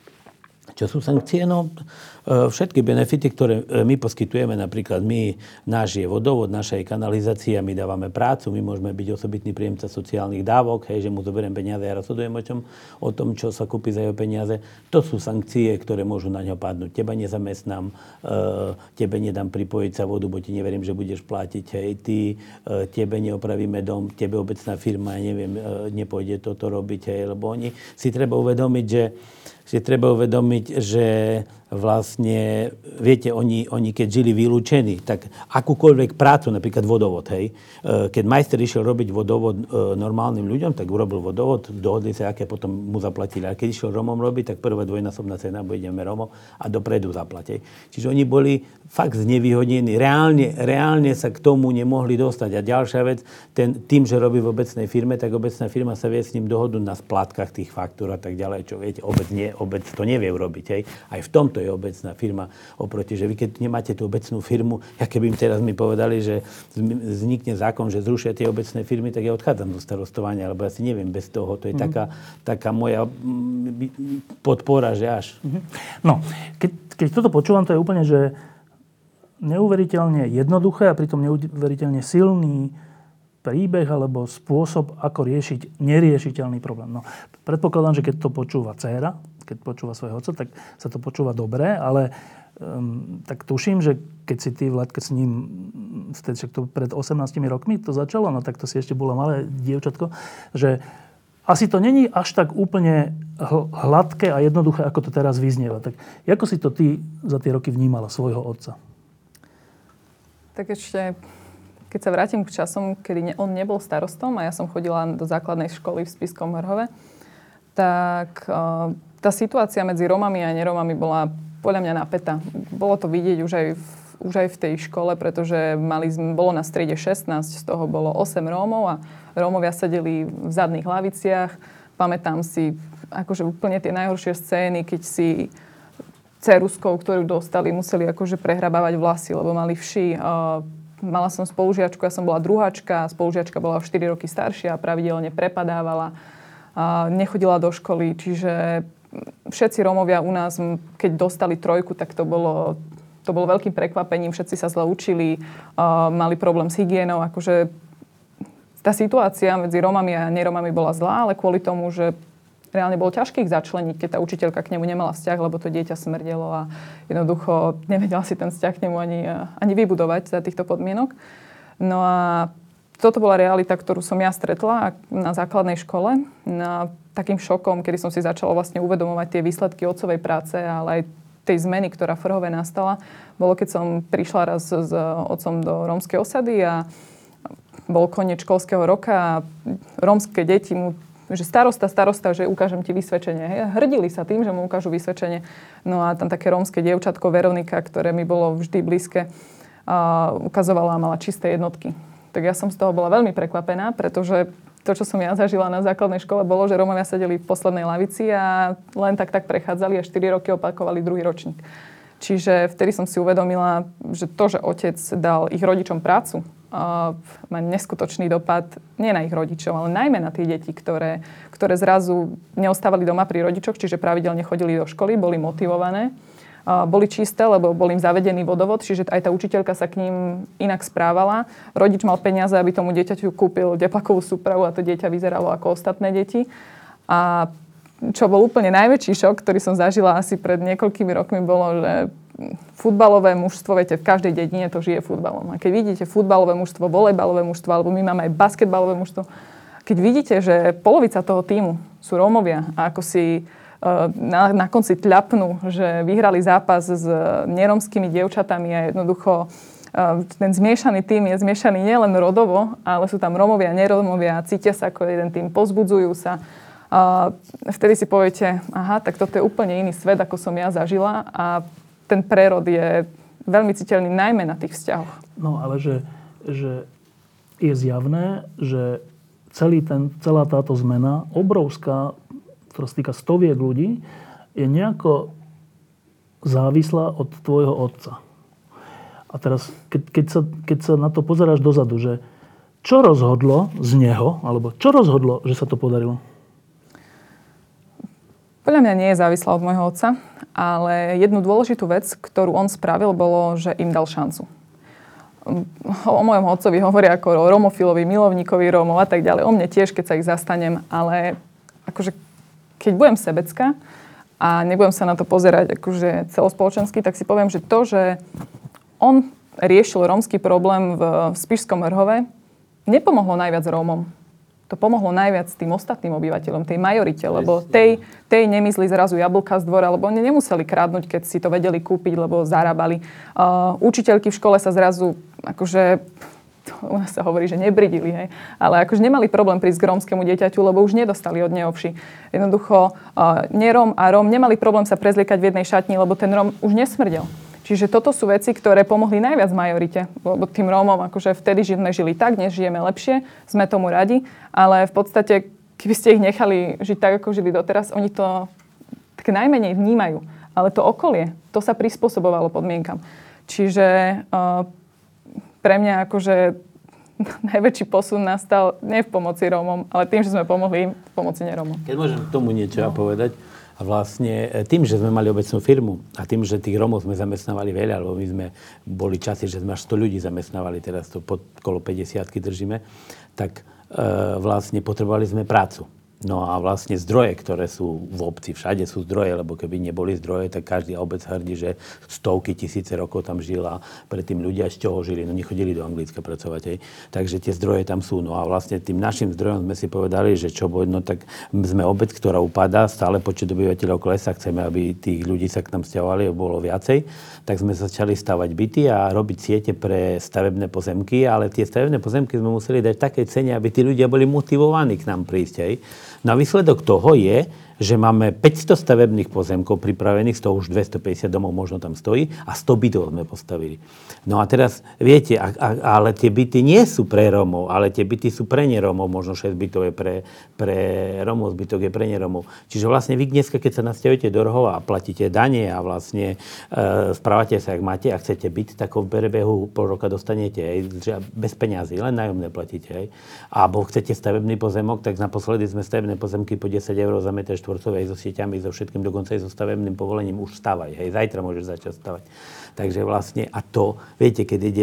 Čo sú sankcie? No, všetky benefity, ktoré my poskytujeme, napríklad náš je vodovod, naša je kanalizácia, my dávame prácu, my môžeme byť osobitný príjemca sociálnych dávok, hej, že mu zoberiem peniaze a rozhodujem o tom, čo sa kúpi za jeho peniaze. To sú sankcie, ktoré môžu na ňo padnúť. Teba nezamestnám, tebe nedám pripojiť sa vodu, bo ti neverím, že budeš platiť, hej, tebe neopravíme dom, tebe obecná firma, neviem, nepôjde toto robiť, hej, lebo oni si treba uvedomiť, že vlastne, viete, oni keď žili vylúčení, tak akúkoľvek prácu, napríklad vodovod, hej, keď majster išiel robiť vodovod normálnym ľuďom, tak urobil vodovod, dohodli sa, aké potom mu zaplatili. A keď išiel Romom robiť, tak prvé dvojnásobná cena, bo ideme Romom a dopredu zaplatia. Čiže oni boli fakt znevýhodnení. Reálne sa k tomu nemohli dostať. A ďalšia vec, tým, že robí v obecnej firme, tak obecná firma sa vie s ním dohodnúť na splátkach tých faktúr a tak ďalej, čo viete, obec to nevie urobiť. Hej. Aj v tomto je obecná firma oproti, že vy keď nemáte tú obecnú firmu, ja keby im teraz mi povedali, že vznikne zákon, že zrušia tie obecné firmy, tak ja odchádzam do starostovania, alebo ja si neviem bez toho. To je taká moja podpora, že až.
No, keď toto počúvam, to je úplne, že neuveriteľne jednoduché a pritom neuveriteľne silný príbeh alebo spôsob, ako riešiť neriešiteľný problém. No, predpokladám, že keď to počúva dcéra, keď počúva svojho otca, tak sa to počúva dobre, ale tak tuším, že keď si ty, Vladka, s ním však to pred 18 rokmi to začalo, no tak to si ešte bolo malé dievčatko, že asi to není až tak úplne hladké a jednoduché, ako to teraz vyznieva. Tak ako si to ty za tie roky vnímala svojho otca?
Tak ešte, keď sa vrátim k časom, kedy on nebol starostom a ja som chodila do základnej školy v Spišskom Mrhove, tak tá situácia medzi Romami a neromami bola podľa mňa napätá. Bolo to vidieť už aj v tej škole, pretože bolo na striede 16, z toho bolo 8 Rómov a Rómovia sedeli v zadných laviciach. Pamätám si akože úplne tie najhoršie scény, keď si ceruzkou, ktorú dostali, museli akože prehrabávať vlasy, lebo mali vši. Mala som spolužiačku, ja som bola druháčka, spolužiačka bola o 4 roky staršia a pravidelne prepadávala. Nechodila do školy, čiže všetci Rómovia u nás, keď dostali trojku, tak to bolo veľkým prekvapením. Všetci sa zle učili, mali problém s hygienou. Akože tá situácia medzi Rómami a neromami bola zlá, ale kvôli tomu, že reálne bolo ťažké ich začleniť, keď tá učiteľka k nemu nemala vzťah, lebo to dieťa smrdelo a jednoducho nevedela si ten vzťah k nemu ani vybudovať za týchto podmienok. No a toto bola realita, ktorú som ja stretla na základnej škole. Takým šokom, kedy som si začala vlastne uvedomovať tie výsledky otcovej práce, ale aj tej zmeny, ktorá v Frhove nastala, bolo, keď som prišla raz s otcom do rómskej osady a bol koniec školského roka a rómske deti mu, že starosta, že ukážem ti vysvedčenie. Hej. Hrdili sa tým, že mu ukážu vysvedčenie. No a tam také rómske dievčatko Veronika, ktoré mi bolo vždy blízke, ukazovala a mala čisté jednotky. Tak ja som z toho bola veľmi prekvapená, pretože to, čo som ja zažila na základnej škole, bolo, že Rómovia sedeli v poslednej lavici a len tak prechádzali a 4 roky opakovali druhý ročník. Čiže vtedy som si uvedomila, že to, že otec dal ich rodičom prácu, má neskutočný dopad nie na ich rodičov, ale najmä na tie deti, ktoré zrazu neostávali doma pri rodičoch, čiže pravidelne chodili do školy, boli motivované, boli čisté, lebo bol im zavedený vodovod, čiže aj tá učiteľka sa k ním inak správala. Rodič mal peniaze, aby tomu dieťaťu kúpil teplakovú súpravu a to dieťa vyzeralo ako ostatné deti. A čo bol úplne najväčší šok, ktorý som zažila asi pred niekoľkými rokmi, bolo, že futbalové mužstvo, viete, v každej dedine to žije futbalom. A keď vidíte futbalové mužstvo, volejbalové mužstvo, alebo my máme aj basketbalové mužstvo, keď vidíte, že polovica toho tímu sú Rómovia a ako si na konci tľapnú, že vyhrali zápas s neromskými dievčatami a jednoducho ten zmiešaný tím je zmiešaný nielen rodovo, ale sú tam Rómovia, nerómovia, cítia sa ako jeden tým, pozbudzujú sa. Vtedy si poviete, aha, tak toto je úplne iný svet, ako som ja zažila a ten prerod je veľmi citeľný najmä na tých vzťahoch.
No, ale že je zjavné, že celá táto zmena, obrovská, ktorá sa týka stoviek ľudí, je nejako závislá od tvojho otca. A teraz, keď sa na to pozeráš dozadu, že čo rozhodlo z neho, alebo čo rozhodlo, že sa to podarilo?
Podľa mňa nie je závislá od môjho otca, ale jednu dôležitú vec, ktorú on spravil, bolo, že im dal šancu. O mojom otcovi hovoria ako o romofilovi, milovníkovi Rómov a tak ďalej. O mne tiež, keď sa ich zastanem, ale akože keď budem sebecká a nebudem sa na to pozerať akože celospoločensky, tak si poviem, že to, že on riešil rómsky problém v Spišskom Mrhove, nepomohlo najviac Rómom. to pomohlo najviac tým ostatným obyvateľom, tej majorite, lebo tej nemysli zrazu jablka z dvora, lebo oni nemuseli krádnuť, keď si to vedeli kúpiť, lebo zarábali. Učiteľky v škole sa zrazu, akože, u nás sa hovorí, že nebridili, hej, ale akože nemali problém prísť k rómskemu dieťaťu, lebo už nedostali od neovši. Jednoducho, neróm a Róm nemali problém sa prezliekať v jednej šatni, lebo ten Róm už nesmrdel. Čiže toto sú veci, ktoré pomohli najviac majorite, lebo tým Rómom akože vtedy sme žili tak, dnes žijeme lepšie, sme tomu radi, ale v podstate, keby ste ich nechali žiť tak, ako žili doteraz, oni to tak najmenej vnímajú. Ale to okolie, to sa prispôsobovalo podmienkam. Čiže pre mňa akože najväčší posun nastal nie v pomoci Rómom, ale tým, že sme pomohli im v pomoci nerómom.
Keď môžem k tomu niečo povedať, a vlastne tým, že sme mali obecnú firmu a tým, že tých Rómov sme zamestnávali veľa, lebo my sme boli časy, že sme až 100 ľudí zamestnávali, teraz to okolo 50-ky držíme, tak vlastne potrebovali sme prácu. No a vlastne zdroje, ktoré sú v obci, všade sú zdroje, lebo keby neboli zdroje, tak každý obec hrdí, že stovky, tisíce rokov tam žila, predtým ľudia z čoho žili, no nechodili do Anglicka pracovať, hej. Takže tie zdroje tam sú. No a vlastne tým našim zdrojom sme si povedali, že čo bude, no tak sme obec, ktorá upadá, stále počet obyvateľov klesá, chceme, aby tých ľudí sa k nám sťahovali, aby bolo viacej, tak sme začali stavať byty a robiť siete pre stavebné pozemky, ale tie stavebné pozemky sme museli dať v takej cene, aby tí ľudia boli motivovaní k nám prísť, hej. No a výsledok toho je, že máme 500 stavebných pozemkov pripravených, z toho už 250 domov možno tam stojí a 100 bytov sme postavili. No a teraz, viete, ale tie byty nie sú pre Rómov, ale tie byty sú pre nerómov, možno 6 bytov je pre Rómov, zbytok je pre nerómov. Čiže vlastne vy dneska, keď sa nasťahujete do Rohova a platíte dane a vlastne správate sa, jak máte a chcete byť, tak v behu pol roka dostanete, bez peňazí, len nájomné platíte. Hej. Alebo chcete stavebný pozemok, tak naposledy sme stavebné pozemky po 10 eur za meter štvorcový, so sieťami, so všetkým, dokonca aj so stavebným povolením už stavaj. Hej, zajtra môžeš začať stavať. Takže vlastne, a to, viete, keď je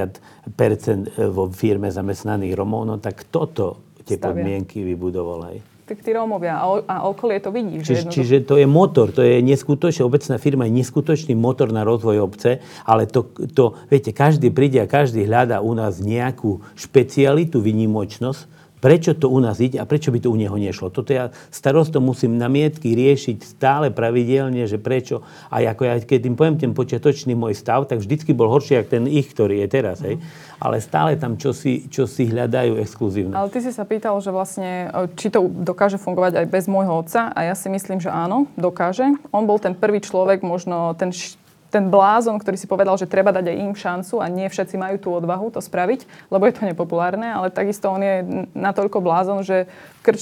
90% vo firme zamestnaných Rómov, no tak toto tie podmienky vybudoval. Hej.
Tak tí Rómovia a okolie to vidí.
Čiže to je motor, to je neskutočný, obecná firma je neskutočný motor na rozvoj obce, ale to, viete, každý príde a každý hľadá u nás nejakú špecialitu, výnimočnosť, prečo to u nás ide a prečo by to u neho nešlo. Toto ja starostom musím namietky riešiť stále pravidelne, že prečo. A ako ja, keď im poviem ten počiatočný môj stav, tak vždycky bol horší, ako ten ich, ktorý je teraz. Hej. Ale stále tam čosi hľadajú exkluzívne. Ale
ty si sa pýtal, že vlastne, či to dokáže fungovať aj bez môjho otca. A ja si myslím, že áno, dokáže. On bol ten prvý človek, možno ten blázon, ktorý si povedal, že treba dať aj im šancu a nie všetci majú tú odvahu to spraviť, lebo je to nepopulárne, ale takisto on je natoľko blázon, že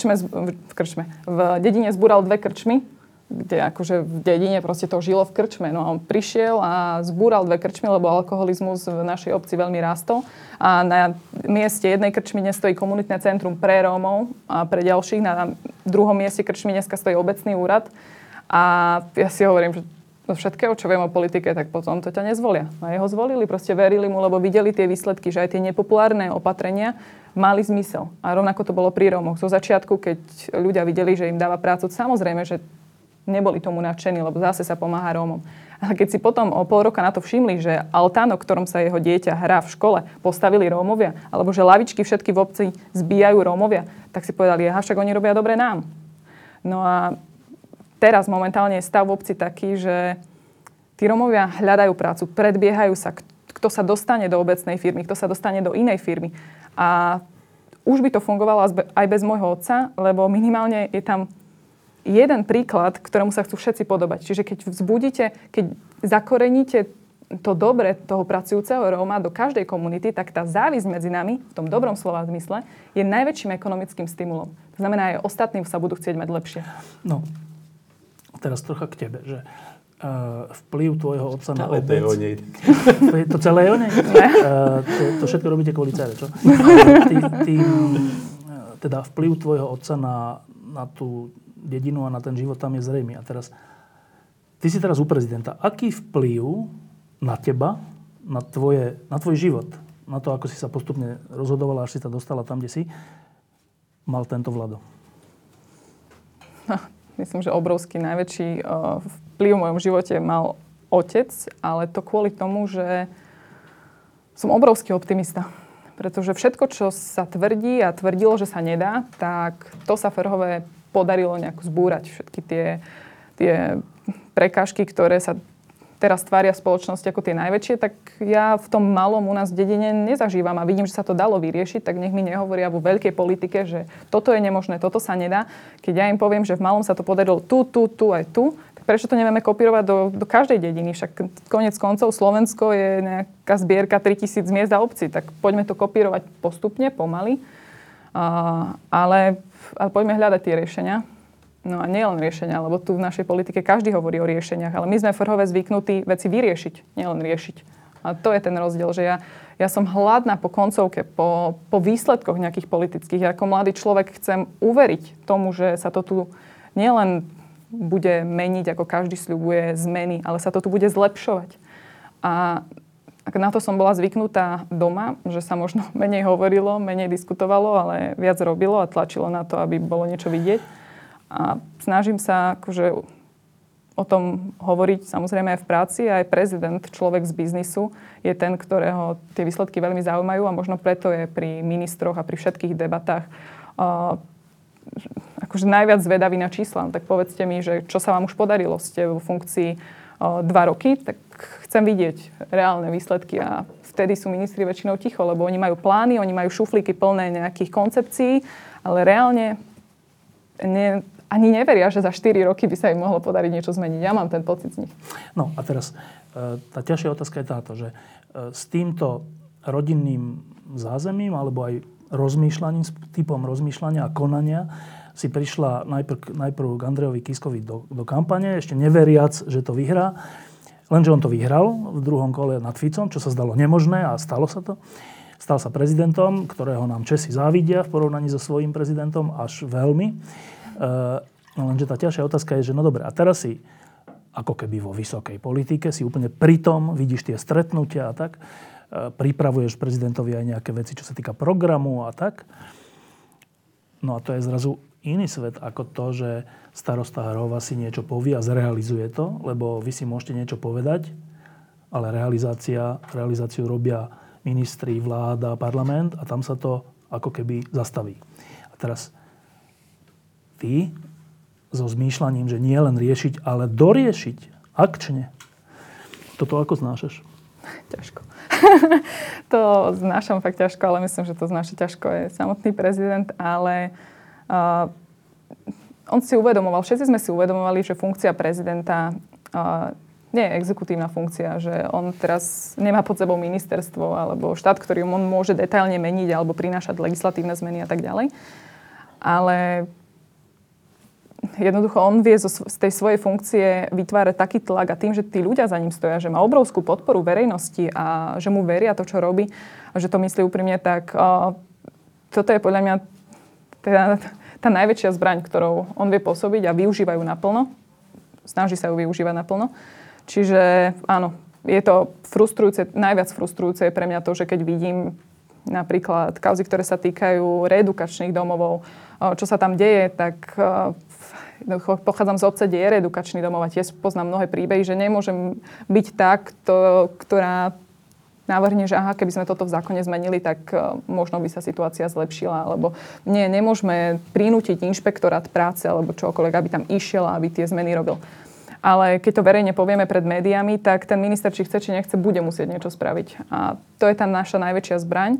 v dedine zbúral 2 krčmy, kde akože v dedine proste to žilo v krčme. No a on prišiel a zbúral 2 krčmy, lebo alkoholizmus v našej obci veľmi rástol. A na mieste jednej krčmy dnes stojí komunitné centrum pre Rómov a pre ďalších. Na druhom mieste krčmy dneska stojí obecný úrad. A ja si hovorím, že do všetkého, čo viem o politike, tak potom to ťa nezvolia. A jeho zvolili, proste verili mu, lebo videli tie výsledky, že aj tie nepopulárne opatrenia mali zmysel. A rovnako to bolo pri Rómoch. Zo začiatku, keď ľudia videli, že im dáva prácu, samozrejme, že neboli tomu nadšení, lebo zase sa pomáha Rómom. Ale keď si potom o pol roka na to všimli, že altán, o ktorom sa jeho dieťa hrá v škole, postavili Rómovia, alebo že lavičky všetky v obci zbíjajú Rómovia, tak si povedali, aha, však oni robia dobre nám. No a teraz momentálne je stav v obci taký, že tí Rómovia hľadajú prácu, predbiehajú sa, kto sa dostane do obecnej firmy, kto sa dostane do inej firmy. A už by to fungovalo aj bez môjho otca, lebo minimálne je tam jeden príklad, ktorému sa chcú všetci podobať. Čiže keď vzbudíte, keď zakoreníte to dobre toho pracujúceho Róma do každej komunity, tak tá závisť medzi nami, v tom dobrom slova zmysle, je najväčším ekonomickým stimulom. To znamená, aj ostatní sa budú chcieť mať lepšie.
No. Teraz trocha k tebe, že vplyv tvojho otca na obec... To celé je o nej? To všetko robíte kvôli dcere, čo? Teda vplyv tvojho otca na tú dedinu a na ten život tam je zrejmý. A teraz, ty si teraz u prezidenta. Aký vplyv na teba, na tvoj život, na to, ako si sa postupne rozhodovala, až si sa dostala tam, kde si, mal tento Vlado?
Myslím, že obrovský najväčší vplyv v mojom živote mal otec, ale to kvôli tomu, že som obrovský optimista. Pretože všetko, čo sa tvrdí a tvrdilo, že sa nedá, tak to sa Ferhové podarilo nejako zbúrať. Všetky tie prekážky, ktoré sa teraz tvária v spoločnosti ako tie najväčšie, tak ja v tom malom u nás v dedine nezažívam a vidím, že sa to dalo vyriešiť, tak nech mi nehovoria vo veľkej politike, že toto je nemožné, toto sa nedá. Keď ja im poviem, že v malom sa to podarilo tu aj tu, tak prečo to nevieme kopírovať do každej dediny? Však koniec koncov Slovensko je nejaká zbierka 3000 miest a obcí, tak poďme to kopírovať postupne, pomaly, ale poďme hľadať tie riešenia. No a nie len riešenia, lebo tu v našej politike každý hovorí o riešeniach, ale my sme Ferhové zvyknutí veci vyriešiť, nielen riešiť. A to je ten rozdiel, že ja som hladná po koncovke, po výsledkoch nejakých politických. Ja ako mladý človek chcem uveriť tomu, že sa to tu nielen bude meniť, ako každý sľubuje zmeny, ale sa to tu bude zlepšovať. A na to som bola zvyknutá doma, že sa možno menej hovorilo, menej diskutovalo, ale viac robilo a tlačilo na to, aby bolo niečo vidieť. A snažím sa akože o tom hovoriť samozrejme aj v práci. Aj prezident, človek z biznisu, je ten, ktorého tie výsledky veľmi zaujímajú a možno preto je pri ministroch a pri všetkých debatách akože najviac zvedavý na čísla. Tak povedzte mi, že čo sa vám už podarilo. Ste vo funkcii 2 roky, tak chcem vidieť reálne výsledky a vtedy sú ministri väčšinou ticho, lebo oni majú plány, oni majú šuflíky plné nejakých koncepcií, ale reálne ani neveria, že za 4 roky by sa im mohlo podariť niečo zmeniť. Ja mám ten pocit z nich.
No a teraz tá ťažšia otázka je táto, že s týmto rodinným zázemím alebo aj rozmýšľaním, typom rozmýšľania a konania si prišla najprv k Andrejovi Kiskovi do kampane, ešte neveriac, že to vyhrá. Lenže on to vyhral v druhom kole nad Ficom, čo sa zdalo nemožné a stalo sa to. Stal sa prezidentom, ktorého nám Česi závidia v porovnaní so svojím prezidentom až veľmi. Lenže tá ťažšia otázka je, že no dobre, a teraz si ako keby vo vysokej politike, si úplne pritom, vidíš tie stretnutia a tak, pripravuješ prezidentovi aj nejaké veci, čo sa týka programu a tak. No a to je zrazu iný svet ako to, že starosta Hrova si niečo povie a zrealizuje to, lebo vy si môžete niečo povedať, ale realizáciu robia ministri, vláda, parlament a tam sa to ako keby zastaví. A teraz ty so zmýšľaním, že nie len riešiť, ale doriešiť akčne. Toto ako znášaš?
Ťažko. To znášam fakt ťažko, ale myslím, že to znáša ťažko je samotný prezident, ale on si uvedomoval, všetci sme si uvedomovali, že funkcia prezidenta nie je exekutívna funkcia, že on teraz nemá pod sebou ministerstvo alebo štát, ktorý on môže detailne meniť alebo prinášať legislatívne zmeny a tak ďalej. Ale jednoducho on vie z tej svojej funkcie vytvárať taký tlak a tým, že tí ľudia za ním stoja, že má obrovskú podporu verejnosti a že mu veria to, čo robí a že to myslí úprimne, tak toto je podľa mňa tá najväčšia zbraň, ktorou on vie pôsobiť a využíva ju naplno. Snaží sa ju využívať naplno. Čiže áno, je to frustrujúce, najviac frustrujúce je pre mňa to, že keď vidím napríklad kauzy, ktoré sa týkajú reedukačných domovov, čo sa tam deje, tak pochádzam z obce, kde je reedukačný domov a tiež poznám mnohé príbehy, že nemôžem byť tá, ktorá navrhne, že aha, keby sme toto v zákone zmenili, tak možno by sa situácia zlepšila, alebo nemôžeme prinútiť inšpektorát práce alebo čokoľvek, aby tam išiel a aby tie zmeny robil. Ale keď to verejne povieme pred médiami, tak ten minister, či chce, či nechce, bude musieť niečo spraviť. A to je tá naša najväčšia zbraň.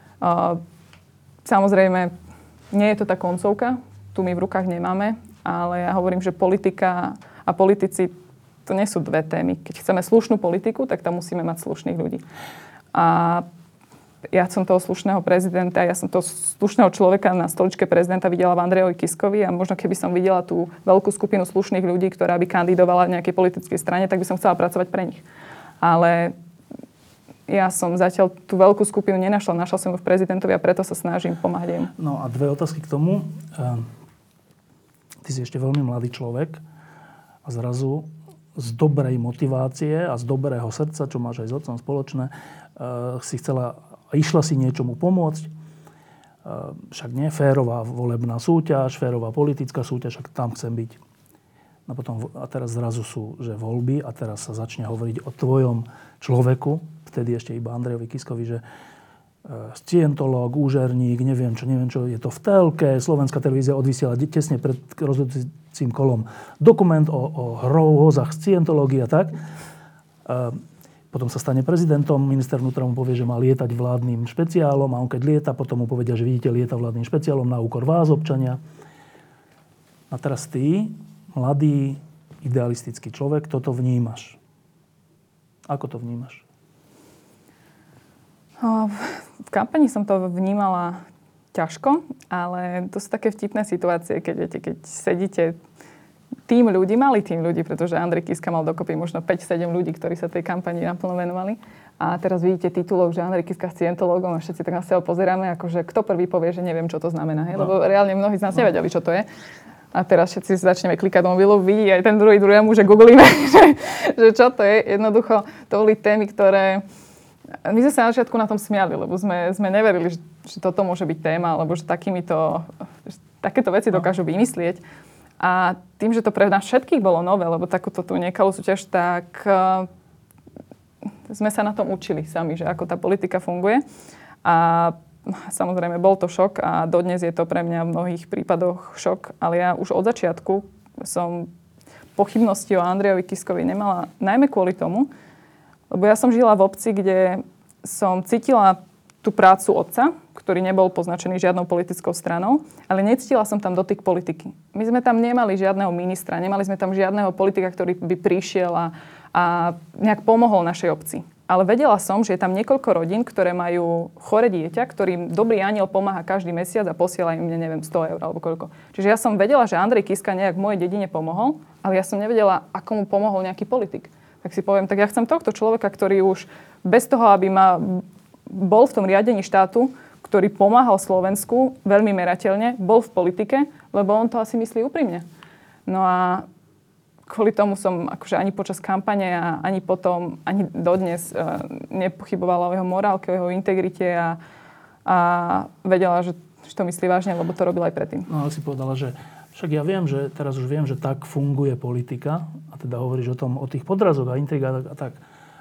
Samozrejme, nie je to tá koncovka, tu my v rukách nemáme, ale ja hovorím, že politika a politici to nie sú dve témy. Keď chceme slušnú politiku, tak tam musíme mať slušných ľudí. A ja som toho slušného prezidenta, ja som toho slušného človeka na stoličke prezidenta videla v Andrejovi Kiskovi a možno keby som videla tú veľkú skupinu slušných ľudí, ktorá by kandidovala v nejakej politickej strane, tak by som chcela pracovať pre nich. Ale ja som zatiaľ tú veľkú skupinu nenašla. Našla som ju v prezidentovi a preto sa snažím pomáhať im.
No a dve otázky k tomu. Ty si ešte veľmi mladý človek a zrazu z dobrej motivácie a z dobrého srdca, čo máš aj s otcom spoločné, si išla si niečomu pomôcť. Však nie, férová volebná súťaž, férová politická súťaž, však tam chcem byť. No potom, a teraz zrazu sú, že voľby a teraz sa začne hovoriť o tvojom človeku, vtedy ešte iba Andrejovi Kiskovi, že scientológ, úžerník, neviem čo, je to v telke, Slovenská televízia odvysiela tesne pred rozhodujúcim kolom dokument o hrôzach scientológie a tak. Potom sa stane prezidentom, minister vnútra mu povie, že má lietať vládnym špeciálom a on keď lieta, potom mu povedia, že vidíte, lieta vládnym špeciálom na úkor vás, občania. A teraz ty, mladý, idealistický človek, toto vnímaš. Ako to vnímaš?
V kampani som to vnímala ťažko, ale to sú také vtipné situácie, keď sedíte malý tým ľudí, pretože Andrej Kiska mal dokopy možno 5-7 ľudí, ktorí sa tej kampani naplno venovali. A teraz vidíte titulok, že Andrej Kiska s scientológom a všetci tak na seba pozeráme, akože kto prvý povie, že neviem, čo to znamená. No. Lebo reálne mnohí z nás nevedeli, čo to je. A teraz všetci si začneme klikať do mobilu, vidí aj ten druhému, že googlíme, že čo to je. Jednoducho, to boli témy, ktoré... My sme sa na začiatku na tom smiali, lebo sme neverili, že toto môže byť téma, alebo že takéto veci dokážu vymyslieť. A tým, že to pre nás všetkých bolo nové, lebo takúto tú nekalú súťaž, tak sme sa na tom učili sami, že ako tá politika funguje. A samozrejme, bol to šok a dodnes je to pre mňa v mnohých prípadoch šok. Ale ja už od začiatku som pochybnosti o Andrejovi Kiskovi nemala, najmä kvôli tomu, lebo ja som žila v obci, kde som cítila tú prácu otca, ktorý nebol poznačený žiadnou politickou stranou, ale necítila som tam dotyk politiky. My sme tam nemali žiadneho ministra, nemali sme tam žiadneho politika, ktorý by prišiel a nejak pomohol našej obci. Ale vedela som, že je tam niekoľko rodín, ktoré majú choré dieťa, ktorým dobrý anjel pomáha každý mesiac a posiela im, neviem, 100 eur alebo koľko. Čiže ja som vedela, že Andrej Kiska nejak v mojej dedine pomohol, ale ja som nevedela, ako mu pomohol nejaký politik. Tak si poviem, tak ja chcem tohto človeka, ktorý už bez toho, aby bol v tom riadení štátu, ktorý pomáhal Slovensku veľmi merateľne, bol v politike, lebo on to asi myslí úprimne. No a kvôli tomu som akože ani počas kampane a ani potom, ani dodnes nepochybovala o jeho morálke, o jeho integrite a vedela, že to myslí vážne, lebo to robil aj predtým.
No ale si povedala, že však ja viem, že teraz už viem, že tak funguje politika a teda hovoríš o tých podrazoch a intrigách a tak.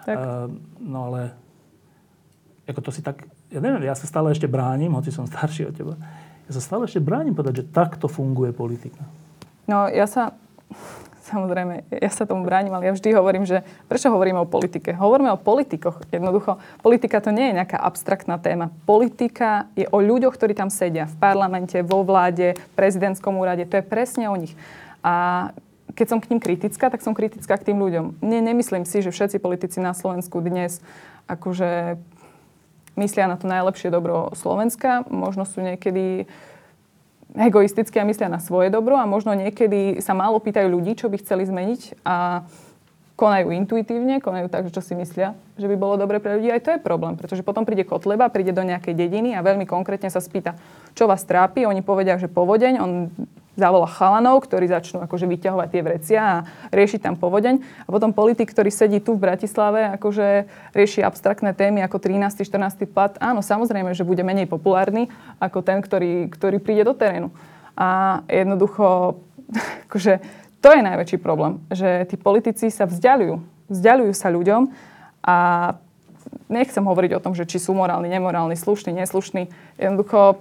No ale ako to si tak, ja neviem, ja sa stále ešte bránim, hoci som starší od teba, ja sa stále ešte bránim povedať, že takto funguje politika.
No samozrejme, ja sa tomu bránim, ale ja vždy hovorím, že prečo hovoríme o politike? Hovoríme o politikoch. Jednoducho, politika to nie je nejaká abstraktná téma. Politika je o ľuďoch, ktorí tam sedia v parlamente, vo vláde, v prezidentskom úrade. To je presne o nich. A keď som k ním kritická, tak som kritická k tým ľuďom. Nemyslím si, že všetci politici na Slovensku dnes akože myslia na to najlepšie dobro Slovenska. Možno sú niekedy egoisticky a myslia na svoje dobro a možno niekedy sa málo pýtajú ľudí, čo by chceli zmeniť a konajú intuitívne, konajú tak, že čo si myslia, že by bolo dobre pre ľudí. Aj to je problém, pretože potom príde Kotleba, príde do nejakej dediny a veľmi konkrétne sa spýta, čo vás trápi. Oni povedia, že povodeň, on zavolá chalanov, ktorí začnú akože vyťahovať tie vrecia a riešiť tam povodeň. A potom politik, ktorý sedí tu v Bratislave, akože rieši abstraktné témy ako 13., 14. plat. Áno, samozrejme, že bude menej populárny ako ten, ktorý príde do terénu. A jednoducho, akože to je najväčší problém, že tí politici sa vzdialujú sa ľuďom a nechcem hovoriť o tom, že či sú morálni, nemorálni, slušní, neslušní. Jednoducho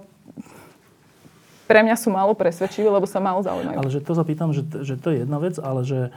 pre mňa sú málo presvedčiví, lebo sa málo zaujímajú.
Ale že to zapýtam, že to je jedna vec, ale že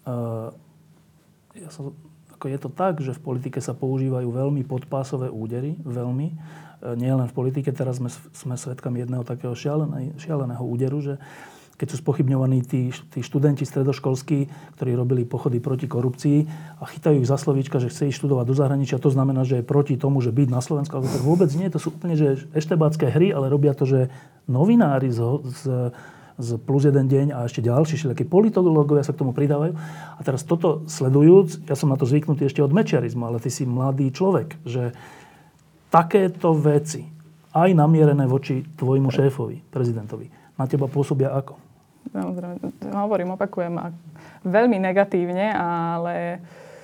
je to tak, že v politike sa používajú veľmi podpásové údery, veľmi. Nie len v politike, teraz sme svedkami jedného takého šialeného úderu, že keď sú spochybňovaní tí študenti stredoškolskí, ktorí robili pochody proti korupcii a chytajú ich za slovíčka, že chce ísť študovať do zahraničia, to znamená, že je proti tomu, že byť na Slovensku. Ale to vôbec nie, to sú úplne že eštebácké hry, ale robia to, že novinári z Plus jeden deň a ešte ďalší, všelijakí politológovia sa k tomu pridávajú. A teraz toto sledujúc, ja som na to zvyknutý ešte od mečiarizmu, ale ty si mladý človek, že takéto veci, aj namierené voči tvojmu šéfovi, prezidentovi, na teba pôsobia ako?
Hovorím, opakujem, veľmi negatívne, ale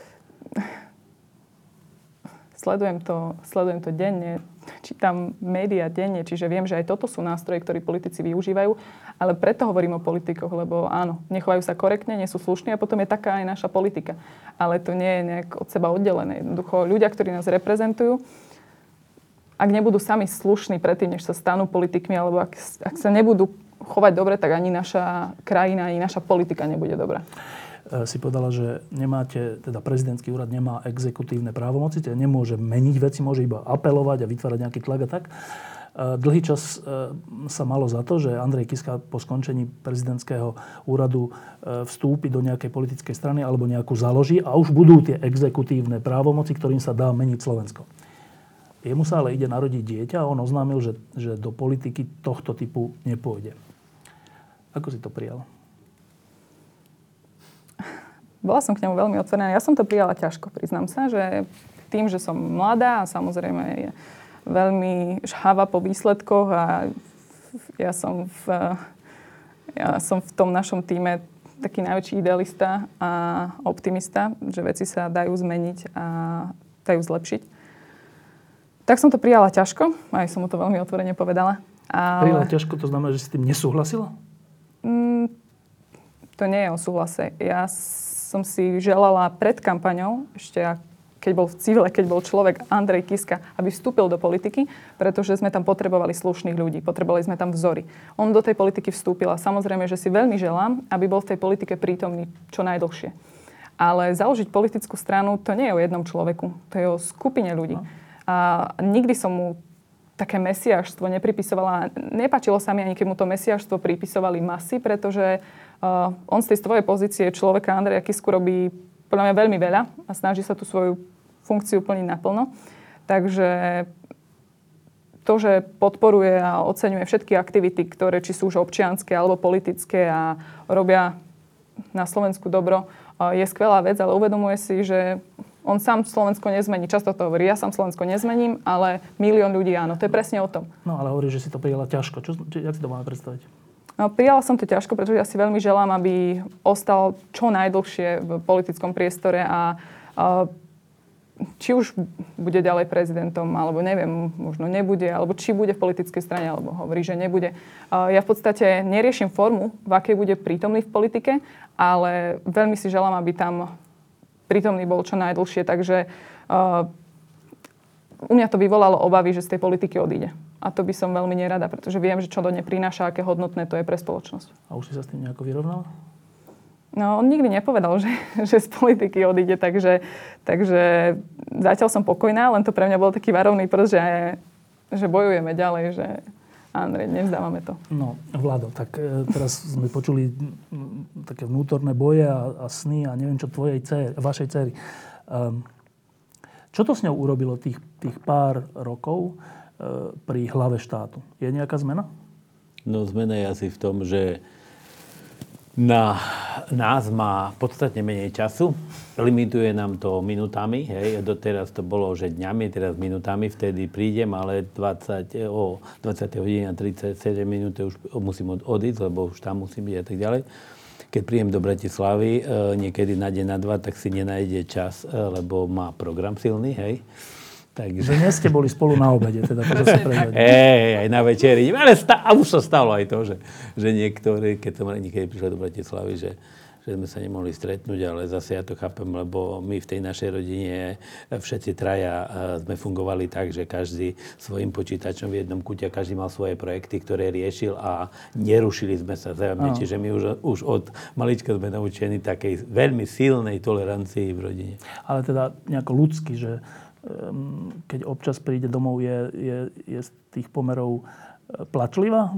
sledujem to denne, čítam médiá denne, čiže viem, že aj toto sú nástroje, ktoré politici využívajú, ale preto hovorím o politikoch, lebo áno, nechovajú sa korektne, nie sú slušní a potom je taká aj naša politika. Ale to nie je nejak od seba oddelené. Jednoducho ľudia, ktorí nás reprezentujú, ak nebudú sami slušní predtým, než sa stanú politikmi, alebo ak sa nebudú chovať dobre, tak ani naša krajina, ani naša politika nebude dobrá.
Si povedala, že nemáte, teda prezidentský úrad nemá exekutívne právomoci, teda nemôže meniť veci, môže iba apelovať a vytvárať nejaký tlak a tak. Dlhý čas sa malo za to, že Andrej Kiska po skončení prezidentského úradu vstúpi do nejakej politickej strany alebo nejakú založí a už budú tie exekutívne právomoci, ktorým sa dá meniť Slovensko. Jemu sa ale ide narodiť dieťa a on oznámil, že do politiky tohto typu nepôjde. Ako si to prijala?
Bola som k nemu veľmi otvorená. Ja som to prijala ťažko, priznám sa, že tým, že som mladá a samozrejme veľmi žháva po výsledkoch a ja som v tom našom tíme taký najväčší idealista a optimista, že veci sa dajú zmeniť a dajú zlepšiť. Tak som to prijala ťažko, aj som mu to veľmi otvorene povedala.
Prijala ťažko, to znamená, že si tým nesúhlasila?
To nie je o súhlase. Ja som si želala pred kampaňou, ešte keď bol v civile, keď bol človek Andrej Kiska, aby vstúpil do politiky, pretože sme tam potrebovali slušných ľudí, potrebovali sme tam vzory. On do tej politiky vstúpil a samozrejme, že si veľmi želám, aby bol v tej politike prítomný čo najdlhšie. Ale založiť politickú stranu, to nie je o jednom človeku, to je o skupine ľudí. A nikdy som mu také mesiášstvo nepripisovala. Nepáčilo sa mi ani, keď mu to mesiášstvo pripisovali masy, pretože on z tej svojej pozície človeka Andreja Kisku robí podľa mňa veľmi veľa a snaží sa tú svoju funkciu plniť naplno. Takže to, že podporuje a oceňuje všetky aktivity, ktoré či sú už občianske alebo politické a robia na Slovensku dobro, je skvelá vec, ale uvedomuje si, že on sám Slovensko nezmení. Často to hovorí, ja sám Slovensko nezmením, ale milión ľudí áno. To je presne o tom.
No ale hovorí, že si to prijala ťažko. Jak si to máme predstaviť?
No, prijala som to ťažko, pretože ja si veľmi želám, aby ostal čo najdlhšie v politickom priestore a či už bude ďalej prezidentom, alebo neviem, možno nebude, alebo či bude v politickej strane, alebo hovorí, že nebude. Ja v podstate neriešim formu, v akej bude prítomný v politike, ale veľmi si želám, aby tam prítomný bol čo najdlhšie, takže u mňa to vyvolalo obavy, že z tej politiky odíde. A to by som veľmi nerada, pretože viem, že čo do nej prináša, aké hodnotné to je pre spoločnosť.
A už si sa s tým nejako vyrovnala?
No, on nikdy nepovedal, že z politiky odíde, takže zatiaľ som pokojná, len to pre mňa bol taký varovný prst, že bojujeme ďalej, že Andrej, nevzdávame to.
No, Vlado, tak teraz sme počuli také vnútorné boje a sny a neviem čo vašej dcery. Čo to s ňou urobilo tých pár rokov pri hlave štátu? Je nejaká zmena?
No, zmena je asi v tom, že na nás má podstatne menej času. Limituje nám to minútami. Hej. Doteraz to bolo, že dňami, teraz minútami. Vtedy prídem, ale o 20 hodín a 37 minút už musím odísť, lebo už tam musím byť a tak ďalej. Keď príjem do Bratislavy, niekedy na deň, na dva, tak si nenájde čas, lebo má program silný, hej. Takže...
Že dnes ste boli spolu na obede, teda to zase prehľadím.
Aj na večeri. Ale už sa stalo aj to, že niektorí, keď som niekedy prišiel do Bratislavy, že sme sa nemohli stretnúť, ale zase ja to chápem, lebo my v tej našej rodine všetci traja sme fungovali tak, že každý svojím počítačom v jednom kúte, každý mal svoje projekty, ktoré riešil a nerušili sme sa vzájomne. Čiže my už od malička sme naučení takej veľmi silnej tolerancii v rodine.
Ale teda nejako ľudsky, že keď občas príde domov, je z tých pomerov plačlivá?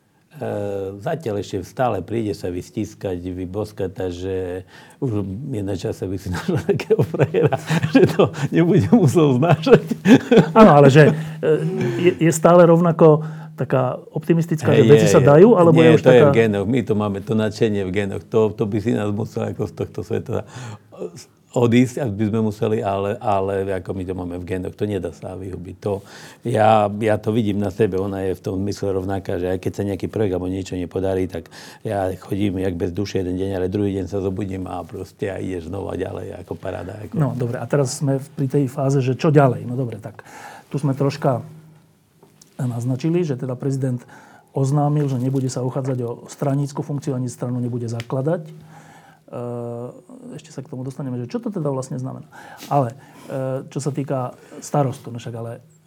Zatiaľ ešte stále príde sa vystískať, vyboskať, že už je na čase, aby si našla takého frajera, že to nebude musel znášať.
Áno, ale že je stále rovnako taká optimistická, že veci sa dajú, alebo
nie,
je už taká...
Nie, to je v génoch. My to máme, to nadšenie v génoch. To by si nás musel ako z tohto sveta odísť, aby sme museli, ale ako my to máme v génoch, to nedá sa vyhubiť. Ja to vidím na sebe, ona je v tom mysle rovnaká, že aj keď sa nejaký projekt alebo niečo nepodarí, tak ja chodím jak bez duše jeden deň, ale druhý deň sa zobudím a proste a ideš znova ďalej, ako paráda. Ako...
No, dobre, a teraz sme pri tej fáze, že čo ďalej? No dobre, tak tu sme troška naznačili, že teda prezident oznámil, že nebude sa uchádzať o stranícku funkciu, ani stranu nebude zakladať. Ešte sa k tomu dostaneme, že čo to teda vlastne znamená. Ale čo sa týka starostu, však ale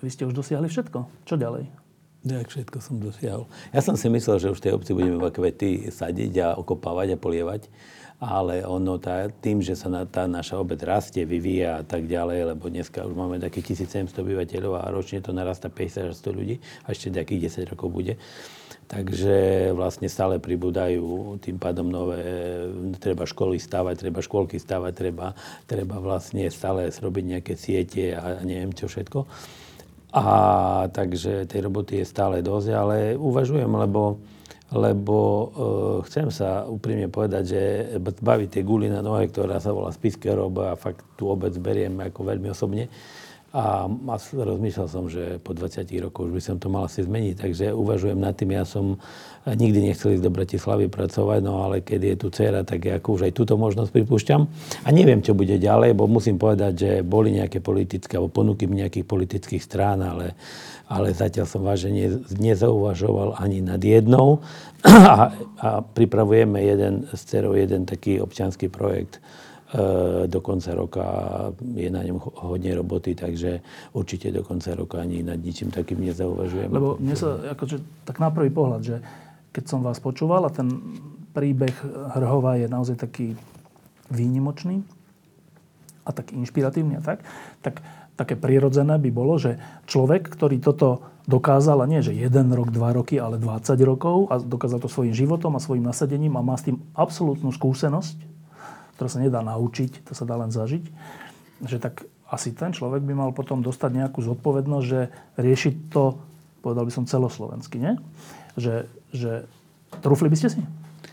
vy ste už dosiahli všetko. Čo ďalej?
Tak všetko som dosiahol. Ja som si myslel, že už v tej obci budeme iba kvety sadiť a okopávať a polievať. Ale tým, že sa tá naša obec rastie, vyvíja a tak ďalej, lebo dneska už máme takých 1700 obyvateľov a ročne to narastá 50 až 100 ľudí a ešte nejakých 10 rokov bude. Takže vlastne stále pribúdajú, tým pádom treba školy stavať, treba škôlky stavať, treba vlastne stále robiť nejaké siete a neviem čo všetko. A takže tej roboty je stále dosť, ale uvažujem, lebo chcem sa úprimne povedať, že zbaviť tej guli na nohe, ktorá sa volá Spišské Hroby a fakt tú obec beriem ako veľmi osobne. A rozmýšľal som, že po 20 rokoch už by som to mal asi zmeniť, takže uvažujem nad tým. Ja som nikdy nechcel ísť do Bratislavy pracovať, no ale keď je tu dcera, tak ja už aj túto možnosť pripúšťam. A neviem, čo bude ďalej, bo musím povedať, že boli nejaké politické, alebo ponuky nejakých politických strán, ale zatiaľ som vážne nezauvažoval ani nad jednou. A pripravujeme s dcerou jeden taký občiansky projekt. Do konca roka je na ňom hodne roboty, takže určite do konca roka ani nad ničím takým nezauvažujem.
Lebo mne sa tak na prvý pohľad, že keď som vás počúval a ten príbeh Hrhova je naozaj taký výnimočný a taký inšpiratívny a tak také prirodzené by bolo, že človek, ktorý toto dokázal, a nie že 1 rok, 2 roky, ale 20 rokov a dokázal to svojím životom a svojím nasadením a má s tým absolútnu skúsenosť, ktorá sa nedá naučiť, to sa dá len zažiť, že tak asi ten človek by mal potom dostať nejakú zodpovednosť, že riešiť to, povedal by som, celoslovensky, nie? Že trúfli by ste si?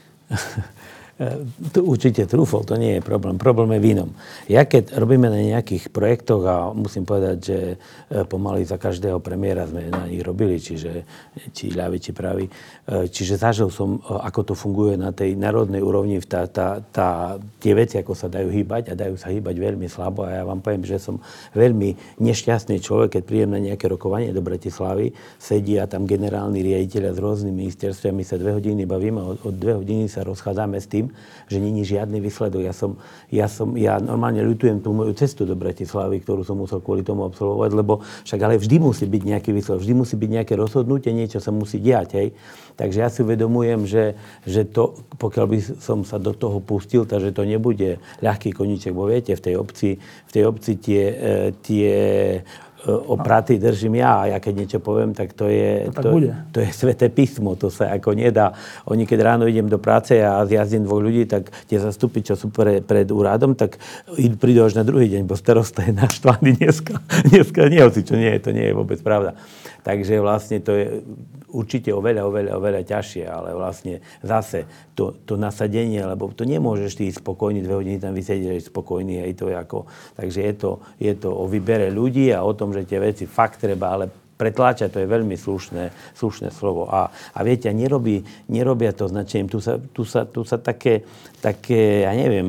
Určite trúfol, to nie je problém. Problém je v inom. Ja keď robíme na nejakých projektoch a musím povedať, že pomaly za každého premiéra sme na nich robili, čiže či ľavý, či pravý. Čiže zažil som, ako to funguje na tej národnej úrovni, tie veci, ako sa dajú hýbať a dajú sa hýbať veľmi slabo. A ja vám poviem, že som veľmi nešťastný človek, keď príjem na nejaké rokovanie do Bratislavy, sedí a tam generálny riaditeľ s rôznymi ministerstvami sa 2 hodiny bavíme, od 2 hodiny sa rozchádzame s tým, že nie je žiadny výsledok. Ja normálne ľutujem tú moju cestu do Bratislavy, ktorú som musel kvôli tomu absolvovať, lebo však ale vždy musí byť nejaký výsledok, vždy musí byť nejaké rozhodnutie, niečo sa musí diať, hej. Takže ja si uvedomujem, že to, pokiaľ by som sa do toho pustil, takže to nebude ľahký koníček, bo viete, v tej obci tie opraty držím ja a ja keď niečo poviem, tak to je sväté písmo, to sa ako nedá. Oni keď ráno idem do práce a jazdím 2 ľudí, tak tie zastupy, čo sú pred úradom, tak prídu až na druhý deň, bo starosta je naštvaný dneska nie, to nie je vôbec pravda. Takže vlastne to je určite oveľa ťažšie, ale vlastne zase to nasadenie, lebo to nemôžeš ty ísť spokojný, 2 hodiny tam vysedieť spokojný, hej, to je ako, takže je to o výbere ľudí a o tom, že tie veci fakt treba, ale pretláčať, to je veľmi slušné slovo. A viete, nerobia to značením. Tu sa také, ja neviem,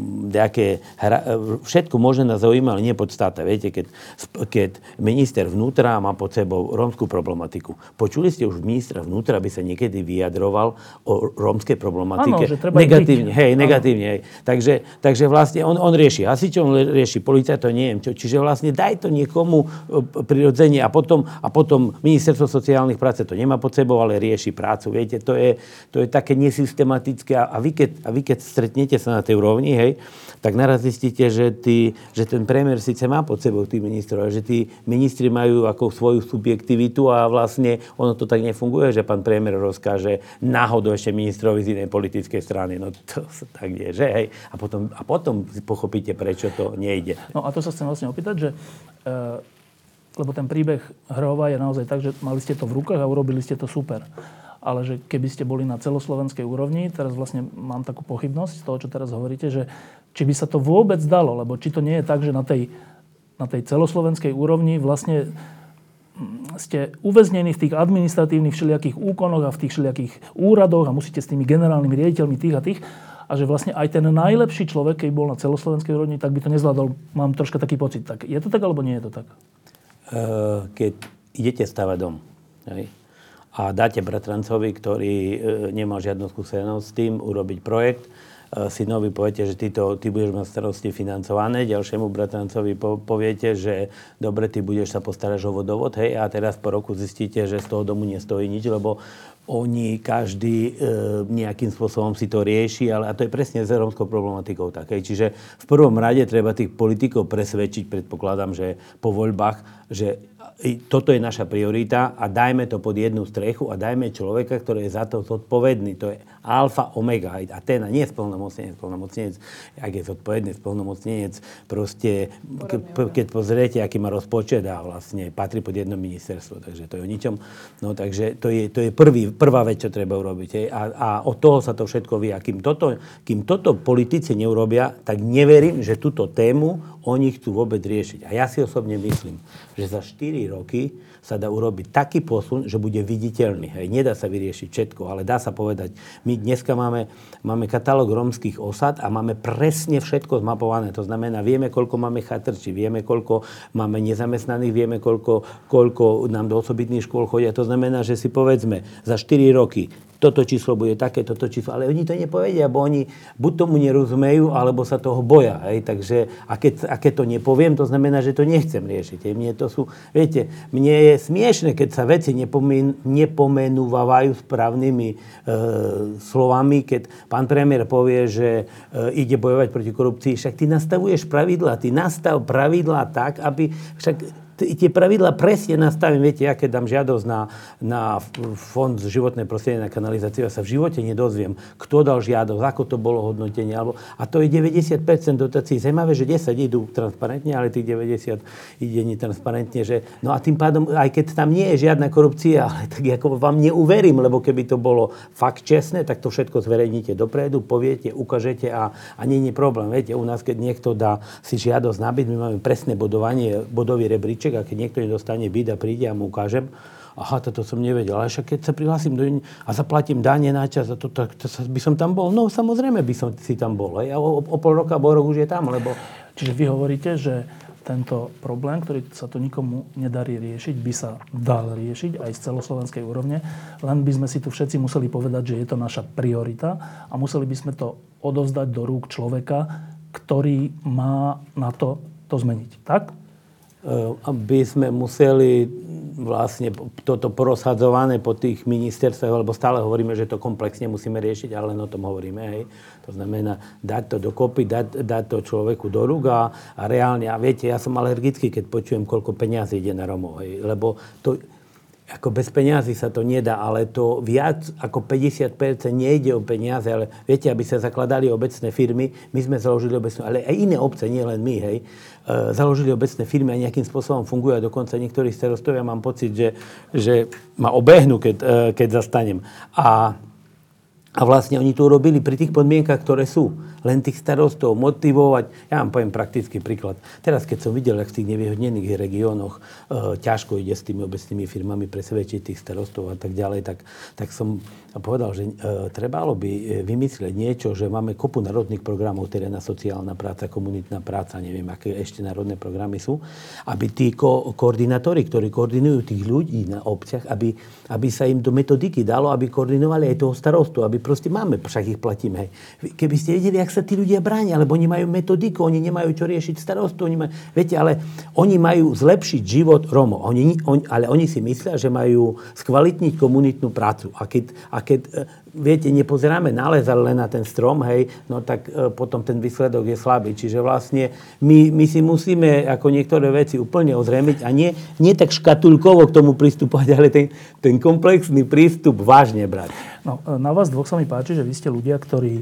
všetko možné nás zaujíma, ale nie podstata. Viete, keď minister vnútra má pod sebou rómskú problematiku. Počuli ste už ministra vnútra, aby sa niekedy vyjadroval o rómskej problematike?
Áno, že treba
negatívne, hej. Takže vlastne on rieši hasičov, on rieši policajtov, neviem čo. Čiže vlastne daj to niekomu prirodzene a potom ministerstvo sociálnych práce to nemá pod sebou, ale rieši prácu. Viete, to je také nesystematické a vy keď stretnete sa na tej úrovni, hej, tak naraz zistíte, že ten premiér síce má pod sebou tých ministrov, že tí ministri majú ako svoju subjektivitu a vlastne ono to tak nefunguje, že pán premiér rozkáže náhodou ešte ministrovi z inej politickej strany. No to sa tak nie, že hej. A potom pochopíte, prečo to nejde.
No a to sa chcem vlastne opýtať, že lebo ten príbeh Hrhova je naozaj tak, že mali ste to v rukách a urobili ste to super. Ale že keby ste boli na celoslovenskej úrovni, teraz vlastne mám takú pochybnosť z toho, čo teraz hovoríte, že či by sa to vôbec dalo, lebo či to nie je tak, že na tej celoslovenskej úrovni vlastne ste uväznení v tých administratívnych všelijakých úkonoch a v tých všelijakých úradoch a musíte s tými generálnymi riaditeľmi tých a tých a že vlastne aj ten najlepší človek, keď bol na celoslovenskej úrovni, tak by to nezvládol. Mám troška taký pocit. Tak je to tak, alebo nie je to tak?
Keď idete stavať dom, hej, a dáte bratrancovi, ktorý nemal žiadnu skúsenosť s tým, urobiť projekt synovi poviete, že ty budeš mať starosti financované, ďalšiemu bratrancovi poviete, že dobre, ty budeš sa postarať o vodovod, hej, a teraz po roku zistíte, že z toho domu nestojí nič, lebo oni každý nejakým spôsobom si to rieši, ale a to je presne s rómskou problematikou také. Čiže v prvom rade treba tých politikov presvedčiť, predpokladám, že po voľbách, že toto je naša priorita a dajme to pod jednu strechu a dajme človeka, ktorý je za to zodpovedný. To je alfa, omega. A ten nie je splnomocnenec, ak je zodpovedný splnomocnenec, proste, keď pozriete, aký má rozpočet a vlastne patrí pod jedno ministerstvo. Takže to je o ničom. No takže to je prvá vec, čo treba urobiť. A od toho sa to všetko vie. A kým toto politici neurobia, tak neverím, že túto tému oni chcú vôbec riešiť. A ja si osobne myslím, že za 4 roky sa dá urobiť taký posun, že bude viditeľný. Hej. Nedá sa vyriešiť všetko, ale dá sa povedať. My dneska máme katalóg rómskych osad a máme presne všetko zmapované. To znamená, vieme, koľko máme chatrčí, vieme, koľko máme nezamestnaných, vieme, koľko nám do osobitných škôl chodia. To znamená, že si povedzme, za 4 roky toto číslo bude také, toto číslo. Ale oni to nepovedia, bo oni buď tomu nerozumejú, alebo sa toho boja. Hej. Takže, a keď to nepoviem, to znamená, že to nechcem riešiť. Hej. Mne je smiešne, keď sa veci nepomenúvajú správnymi slovami, keď pán premiér povie, že ide bojovať proti korupcii. Však ty nastavuješ pravidlá. Ty nastav pravidlá tak, aby... Tie pravidlá presne nastavím. Viete, ja keď dám žiadosť na fond životné prostredie na kanalizáciu, ja sa v živote nedozviem, kto dal žiadosť, ako to bolo hodnotenie. A to je 90% dotácií. Zaujímavé, že 10 idú transparentne, ale tých 90 ide netransparentne. No a tým pádom, aj keď tam nie je žiadna korupcia, ale tak ako vám neuverím, lebo keby to bolo fakt čestné, tak to všetko zverejníte dopredu, poviete, ukážete a nie je problém. Viete, u nás, keď niekto dá si žiadosť na byt, my máme presné bodovanie, bodový rebríček, a keď niekto nedostane byt a príde a mu ukážem, aha, toto som nevedel, ale však keď sa prihlásim a zaplatím dane na čas, tak by som tam bol. No samozrejme by som si tam bol. Hej. A o pol roka, rok už je tam, lebo...
Čiže vy hovoríte, že tento problém, ktorý sa tu nikomu nedarí riešiť, by sa dal riešiť aj z celoslovenskej úrovne, len by sme si tu všetci museli povedať, že je to naša priorita a museli by sme to odovzdať do rúk človeka, ktorý má na to zmeniť. Tak?
Aby sme museli vlastne toto porozhadzované po tých ministerstvách, lebo stále hovoríme, že to komplexne musíme riešiť, ale len o tom hovoríme. Hej. To znamená dať to dokopy, dať to človeku do rúk a reálne. A viete, ja som alergický, keď počujem, koľko peňazí ide na Romov. Hej. Lebo to... Ako bez peňazí sa to nedá, ale to viac ako 50% nejde o peniaze, ale viete, aby sa zakladali obecné firmy, my sme založili obecné, ale aj iné obce, nie len my, hej, založili obecné firmy a nejakým spôsobom fungujú a dokonca niektorí starostovia mám pocit, že ma obehnú, keď zastanem. A vlastne oni to urobili pri tých podmienkach, ktoré sú. Len tých starostov motivovať. Ja vám poviem praktický príklad. Teraz, keď som videl, jak v tých nevyhodnených regiónoch ťažko ide s tými obecnými firmami presvedčiť tých starostov a tak ďalej, tak som povedal, že trebalo by vymyslieť niečo, že máme kopu národných programov, terénna sociálna práca, komunitná práca, neviem, aké ešte národné programy sú, aby tí koordinátori, ktorí koordinujú tých ľudí na obciach, aby sa im do metodiky dalo, aby koordinovali aj toho starostu, aby proste máme, však ich platíme. Hej. Keby ste vedeli, jak sa tí ľudia bránia, lebo oni majú metodiku, oni nemajú čo riešiť starostu, viete, ale oni majú zlepšiť život Rómov. Ale oni si myslia, že majú skvalitniť komunitnú prácu. A keď viete, nepozeráme nález, ale len na ten strom, hej, no tak potom ten výsledok je slabý. Čiže vlastne my si musíme ako niektoré veci úplne ozrejmiť a nie tak škatulkovo k tomu pristupovať, ale ten komplexný prístup vážne brať.
No, na vás dvoch sa mi páči, že vy ste ľudia, ktorí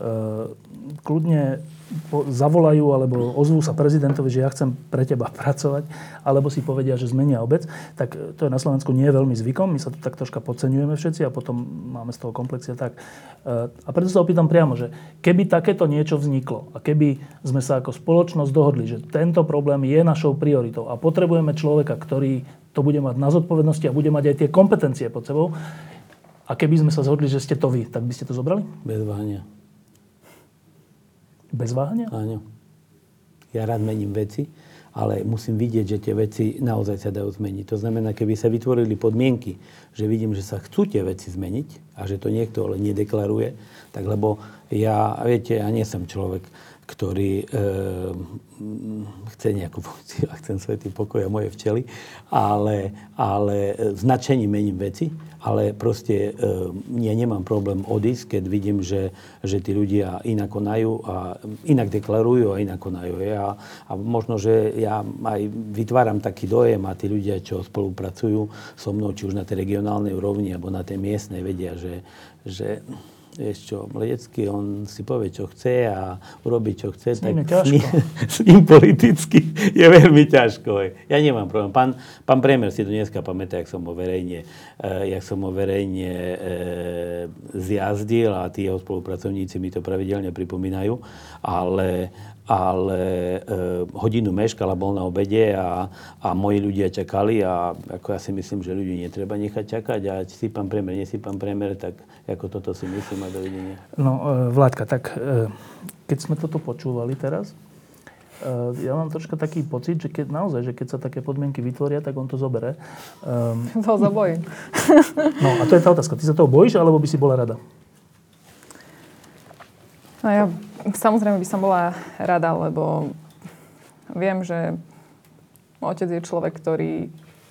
kľudne zavolajú alebo ozvú sa prezidentovi, že ja chcem pre teba pracovať, alebo si povedia, že zmenia obec, tak to je na Slovensku nie je veľmi zvykom. My sa tu tak troška podceňujeme všetci a potom máme z toho komplexia tak. A preto sa opýtam priamo, že keby takéto niečo vzniklo a keby sme sa ako spoločnosť dohodli, že tento problém je našou prioritou a potrebujeme človeka, ktorý to bude mať na zodpovednosti a bude mať aj tie kompetencie pod sebou, a keby sme sa zhodli, že ste to vy, tak by ste to zobrali?
Bez váhania.
Bez váhania?
Áno. Ja rád mením veci ale musím vidieť, že tie veci naozaj sa dajú zmeniť. To znamená, keby sa vytvorili podmienky, že vidím, že sa chcú tie veci zmeniť a že to niekto ale nedeklaruje, tak lebo ja nie som človek, ktorý chce nejakú funkciu a chcem svätý pokoj a moje včely, ale značením mením veci, ale proste ja nemám problém odísť, keď vidím, že tí ľudia inak konajú a inak deklarujú a inak konajú. A možno, že ja aj vytváram taký dojem a tí ľudia, čo spolupracujú so mnou, či už na tej regionálnej úrovni alebo na tej miestnej, vedia, že vieš čo, Ledecký, on si povie, čo chce a urobí, čo chce.
S ním je ťažko.
S ním politicky je veľmi ťažko. Ja nemám problém. Pán premiér si to dneska pamätá, jak som ho verejne zjazdil a tí jeho spolupracovníci mi to pravidelne pripomínajú, ale hodinu meškal a bol na obede a moji ľudia čakali a ako ja si myslím, že ľudí netreba nechať čakať a či si pán premiér, nie si pán premiér, tak ako toto si myslím a dovidenia.
No, Vláďka, tak keď sme toto počúvali teraz, ja mám troška taký pocit, že keď sa také podmienky vytvoria, tak on to zobere.
To sa bojím.
No a to je tá otázka. Ty sa toho bojíš, alebo by si bola rada?
No ja samozrejme by som bola rada, lebo viem, že otec je človek, ktorý,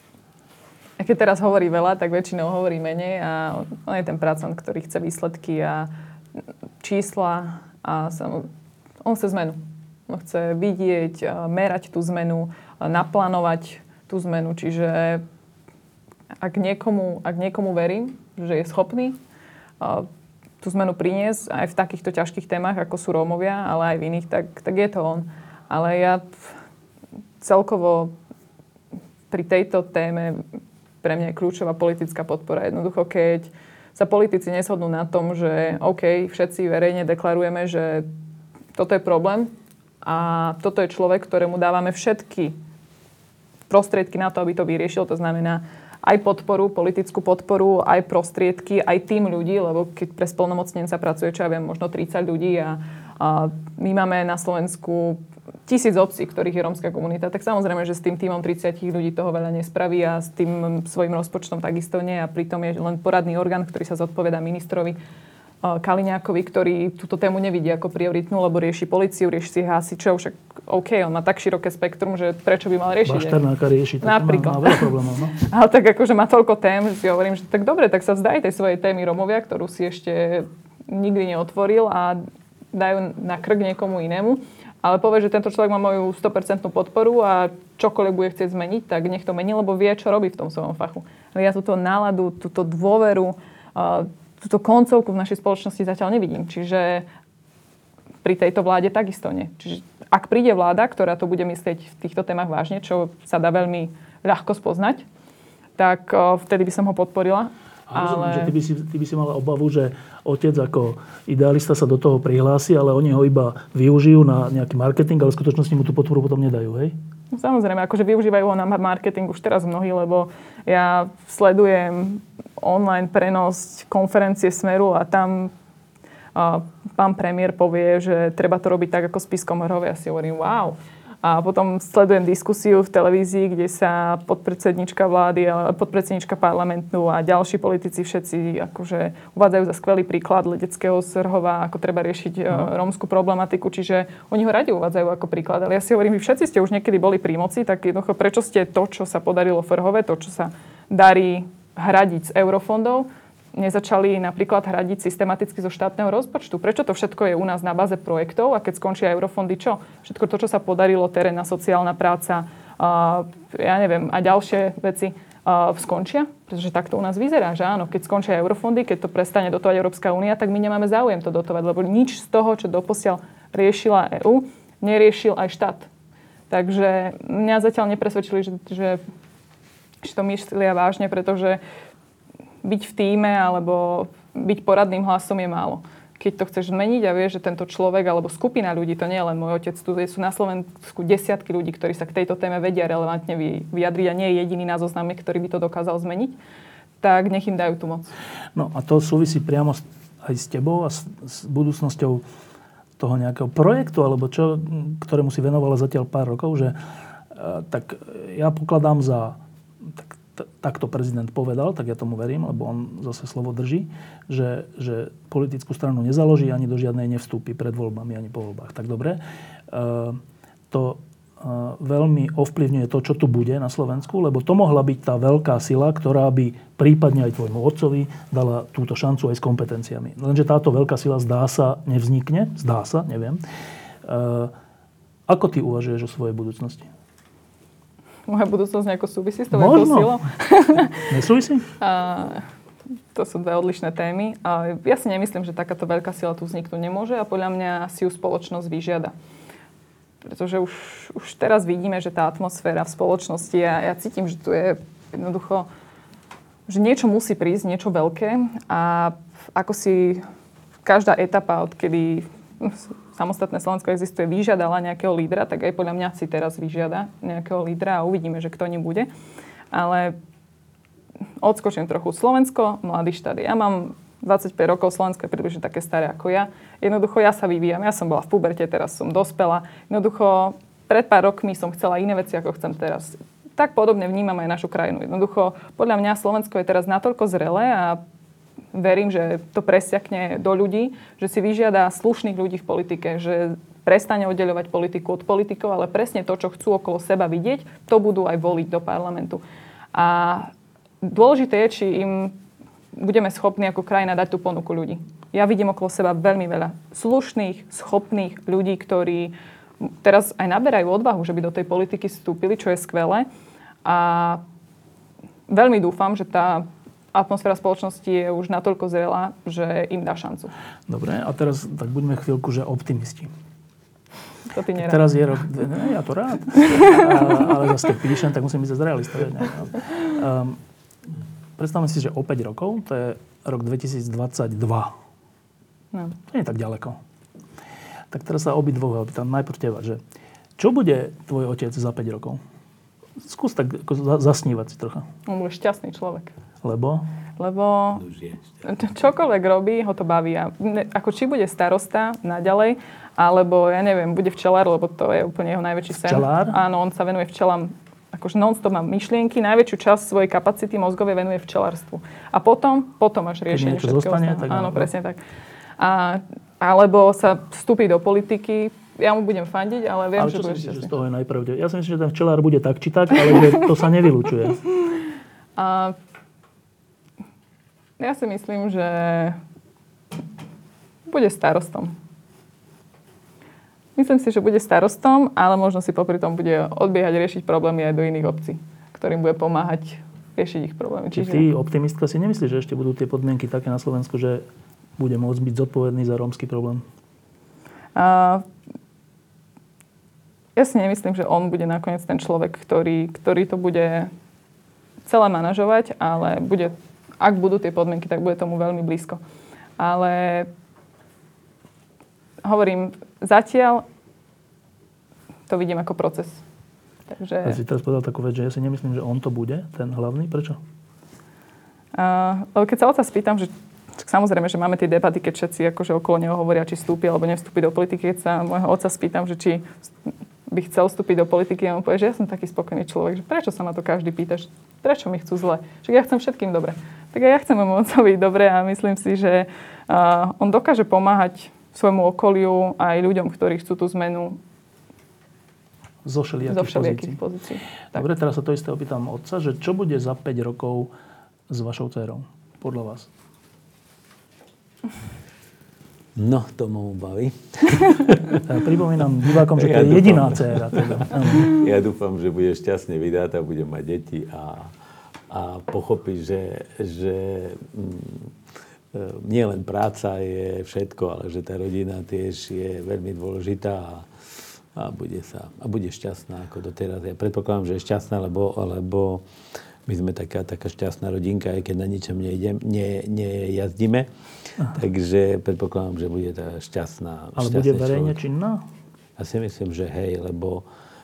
keď teraz hovorí veľa, tak väčšinou hovorí menej a on je ten pracovník, ktorý chce výsledky a čísla a on chce zmenu. On chce vidieť, merať tú zmenu, naplánovať tú zmenu. Čiže ak niekomu verím, že je schopný tú zmenu priniesť aj v takýchto ťažkých témach, ako sú Rómovia, ale aj v iných, tak je to on. Ale ja celkovo pri tejto téme pre mňa je kľúčová politická podpora. Jednoducho, keď sa politici neshodnú na tom, že OK, všetci verejne deklarujeme, že toto je problém a toto je človek, ktorému dávame všetky prostriedky na to, aby to vyriešil. To znamená aj podporu, politickú podporu, aj prostriedky, aj tým ľudí, lebo keď pre splnomocnenca pracuje, čo ja viem, možno 30 ľudí a my máme na Slovensku 1000 obcí, ktorých je rómska komunita, tak samozrejme, že s tým tímom 30 ľudí toho veľa nespraví a s tým svojím rozpočtom takisto nie a pritom je len poradný orgán, ktorý sa zodpovedá ministrovi Kaliňákovi, ktorý túto tému nevidí ako prioritnú, lebo rieši políciu, rieši si hasičov, však OK, on má tak široké spektrum, že prečo by mal riešiť?
Bašternáka rieši, tak
napríklad.
má veľa problémov. No?
Ale tak akože má toľko tém, že si hovorím, že tak dobre, tak sa vzdaj tej svojej témy Rómovia, ktorú si ešte nikdy neotvoril a dajú na krk niekomu inému. Ale povie, že tento človek má moju 100% podporu a čokoľvek bude chcieť zmeniť, tak nech to mení, lebo vie, čo robí v tom svojom fachu. Ale ja túto náladu, túto dôveru, túto koncovku v našej spoločnosti zatiaľ nevidím. Čiže pri tejto vláde takisto nie. Čiže ak príde vláda, ktorá to bude myslieť v týchto témach vážne, čo sa dá veľmi ľahko spoznať, tak vtedy by som ho podporila.
Ale že ty by si mala obavu, že otec ako idealista sa do toho prihlási, ale oni ho iba využijú na nejaký marketing, ale v skutočnosti mu tú podporu potom nedajú, hej?
No, samozrejme, akože využívajú ho na marketing už teraz mnohí, lebo ja sledujem online prenos konferencie Smeru a tam pán premiér povie, že treba to robiť tak ako s Piskom Hrove. Ja si hovorím, wow. A potom sledujem diskusiu v televízii, kde sa podpredsednička vlády, podpredsednička parlamentu a ďalší politici všetci akože uvádzajú za skvelý príklad Ledeckého Srhova, ako treba riešiť rómsku problematiku. Čiže oni ho radi uvádzajú ako príklad. Ale ja si hovorím, vy všetci ste už niekedy boli pri moci, tak jednoducho prečo ste to, čo sa podarilo Frhove, to, čo sa darí hradiť z eurofondov, nezačali napríklad hradiť systematicky zo štátneho rozpočtu. Prečo to všetko je u nás na báze projektov a keď skončia eurofondy, čo? Všetko to, čo sa podarilo, terénna sociálna práca, ja neviem, a ďalšie veci skončia? Pretože tak to u nás vyzerá, že áno, keď skončia eurofondy, keď to prestane dotovať Európska únia, tak my nemáme záujem to dotovať, lebo nič z toho, čo doposiaľ riešila EÚ, neriešil aj štát. Takže mňa zatiaľ nepresvedčili, že to myslia vážne, pretože byť v tíme alebo byť poradným hlasom je málo. Keď to chceš zmeniť a vieš, že tento človek alebo skupina ľudí, to nie je len môj otec, tu sú na Slovensku desiatky ľudí, ktorí sa k tejto téme vedia relevantne vyjadriť a nie je jediný na zozname, ktorý by to dokázal zmeniť, tak nech im dajú tú moc. No
a to súvisí priamo aj s tebou a s budúcnosťou toho nejakého projektu, alebo čo, ktorému si venovala zatiaľ pár rokov, že tak ja pokladám za... Tak to prezident povedal, tak ja tomu verím, lebo on zase slovo drží, že politickú stranu nezaloží, ani do žiadnej nevstúpi pred voľbami, ani po voľbách. Tak dobre. To veľmi ovplyvňuje to, čo tu bude na Slovensku, lebo to mohla byť tá veľká sila, ktorá by prípadne aj tvojmu otcovi dala túto šancu aj s kompetenciami. Lenže táto veľká sila zdá sa nevznikne. Zdá sa, neviem. Ako ty uvažuješ o svojej budúcnosti?
Moja budúcnosť nejako súvisí s tou veľkou silou?
Nesúvisí?
To sú dve odlišné témy. Ja si nemyslím, že takáto veľká sila tu vzniknúť nemôže a podľa mňa si ju spoločnosť vyžiada. Pretože už teraz vidíme, že tá atmosféra v spoločnosti, ja cítim, že tu je jednoducho, že niečo musí prísť, niečo veľké a ako si každá etapa, odkedy samostatné Slovensko existuje, vyžiadala nejakého lídra, tak aj podľa mňa si teraz vyžiada nejakého lídra a uvidíme, že kto ním bude. Ale odskočím trochu. Slovensko, mladý štát. Ja mám 25 rokov, Slovensko je približne také staré ako ja. Jednoducho ja sa vyvíjam. Ja som bola v puberte, teraz som dospela. Jednoducho pred pár rokmi som chcela iné veci, ako chcem teraz. Tak podobne vnímam aj našu krajinu. Jednoducho podľa mňa Slovensko je teraz natoľko zrelé a verím, že to presiakne do ľudí, že si vyžiada slušných ľudí v politike, že prestane oddeľovať politiku od politikov, ale presne to, čo chcú okolo seba vidieť, to budú aj voliť do parlamentu. A dôležité je, či im budeme schopní ako krajina dať tú ponuku ľudí. Ja vidím okolo seba veľmi veľa slušných, schopných ľudí, ktorí teraz aj naberajú odvahu, že by do tej politiky vstúpili, čo je skvelé. A veľmi dúfam, že tá atmosféra spoločnosti je už natoľko zrelá, že im dá šancu.
Dobre, a teraz tak buďme chvíľku, že optimisti.
To ty nerád.
Teraz je rok... Ne, ja to rád. Ale zase keď píšem, tak musím byť zase realista. Predstavme si, že o 5 rokov, to je rok 2022.
No.
To nie je tak ďaleko. Tak teraz sa obidvoch opýtam, najprv teba, že čo bude tvoj otec za 5 rokov? Skús tak zasnívať si trocha.
On bude šťastný človek.
Lebo
čokoľvek robí, ho to baví. Ako či bude starosta naďalej, alebo ja neviem, bude včelár, lebo to je úplne jeho najväčší sen.
Včelár?
Áno, on sa venuje včelám, akože non-stop má myšlienky, najväčšiu časť svojej kapacity mozgovej venuje včelárstvu. A potom až riešenie všetkého.
Zostane, tak
áno, presne tak. Alebo sa vstúpi do politiky, ja mu budem fandiť, ale viem, že bude šťastný. Ale čo si myslíš, že z toho je najpravdepodobnejšie? Ja si myslím, že ten včelár bude tak či tak, ale že to sa nevylučuje. Ja si myslím, že bude starostom. Myslím si, že bude starostom, ale možno si popri tom bude odbiehať riešiť problémy aj do iných obcí, ktorým bude pomáhať riešiť ich problémy.
Čiže ty, optimistka, si nemyslíš, že ešte budú tie podmienky také na Slovensku, že bude môcť byť zodpovedný za rómsky problém? Ja si nemyslím, že on bude nakoniec ten človek, ktorý to bude celé manažovať, ale bude, ak budú tie podmienky, tak bude tomu veľmi blízko. Ale hovorím, zatiaľ to vidím ako proces. Takže... Ja si teraz povedal takú vec, že ja si nemyslím, že on to bude, ten hlavný. Prečo?
Keď sa otca spýtam, že samozrejme, že máme tie debaty, keď všetci akože okolo neho hovoria, či vstúpi alebo nevstúpi do politiky. Keď sa môjho otca spýtam, že či by chcel vstúpiť do politiky, a on povie, že ja som taký spokojný človek, že prečo sa ma to každý pýta, prečo mi chcú zle, že ja chcem všetkým dobre. Tak aj ja chcem môjmu otcovi dobre a myslím si, že on dokáže pomáhať svojmu okoliu a aj ľuďom, ktorí chcú tú zmenu
zo všelijakých
pozícií.
Dobre, teraz sa to isté opýtam otca, že čo bude za 5 rokov s vašou dcérou, podľa vás?
No, to ma baví.
Pripomínam divákom, že to je jediná dcéra. Teda.
Ja dúfam, že bude šťastne vydatá, bude mať deti a pochopí, že nie len práca je všetko, ale že tá rodina tiež je veľmi dôležitá a bude šťastná ako doteraz. Ja predpokladám, že je šťastná, lebo my sme taká šťastná rodinka, aj keď na ničom nejazdíme. Takže predpokladám, že bude tá šťastná.
Ale bude verejne činná?
Ja si myslím, že hej, lebo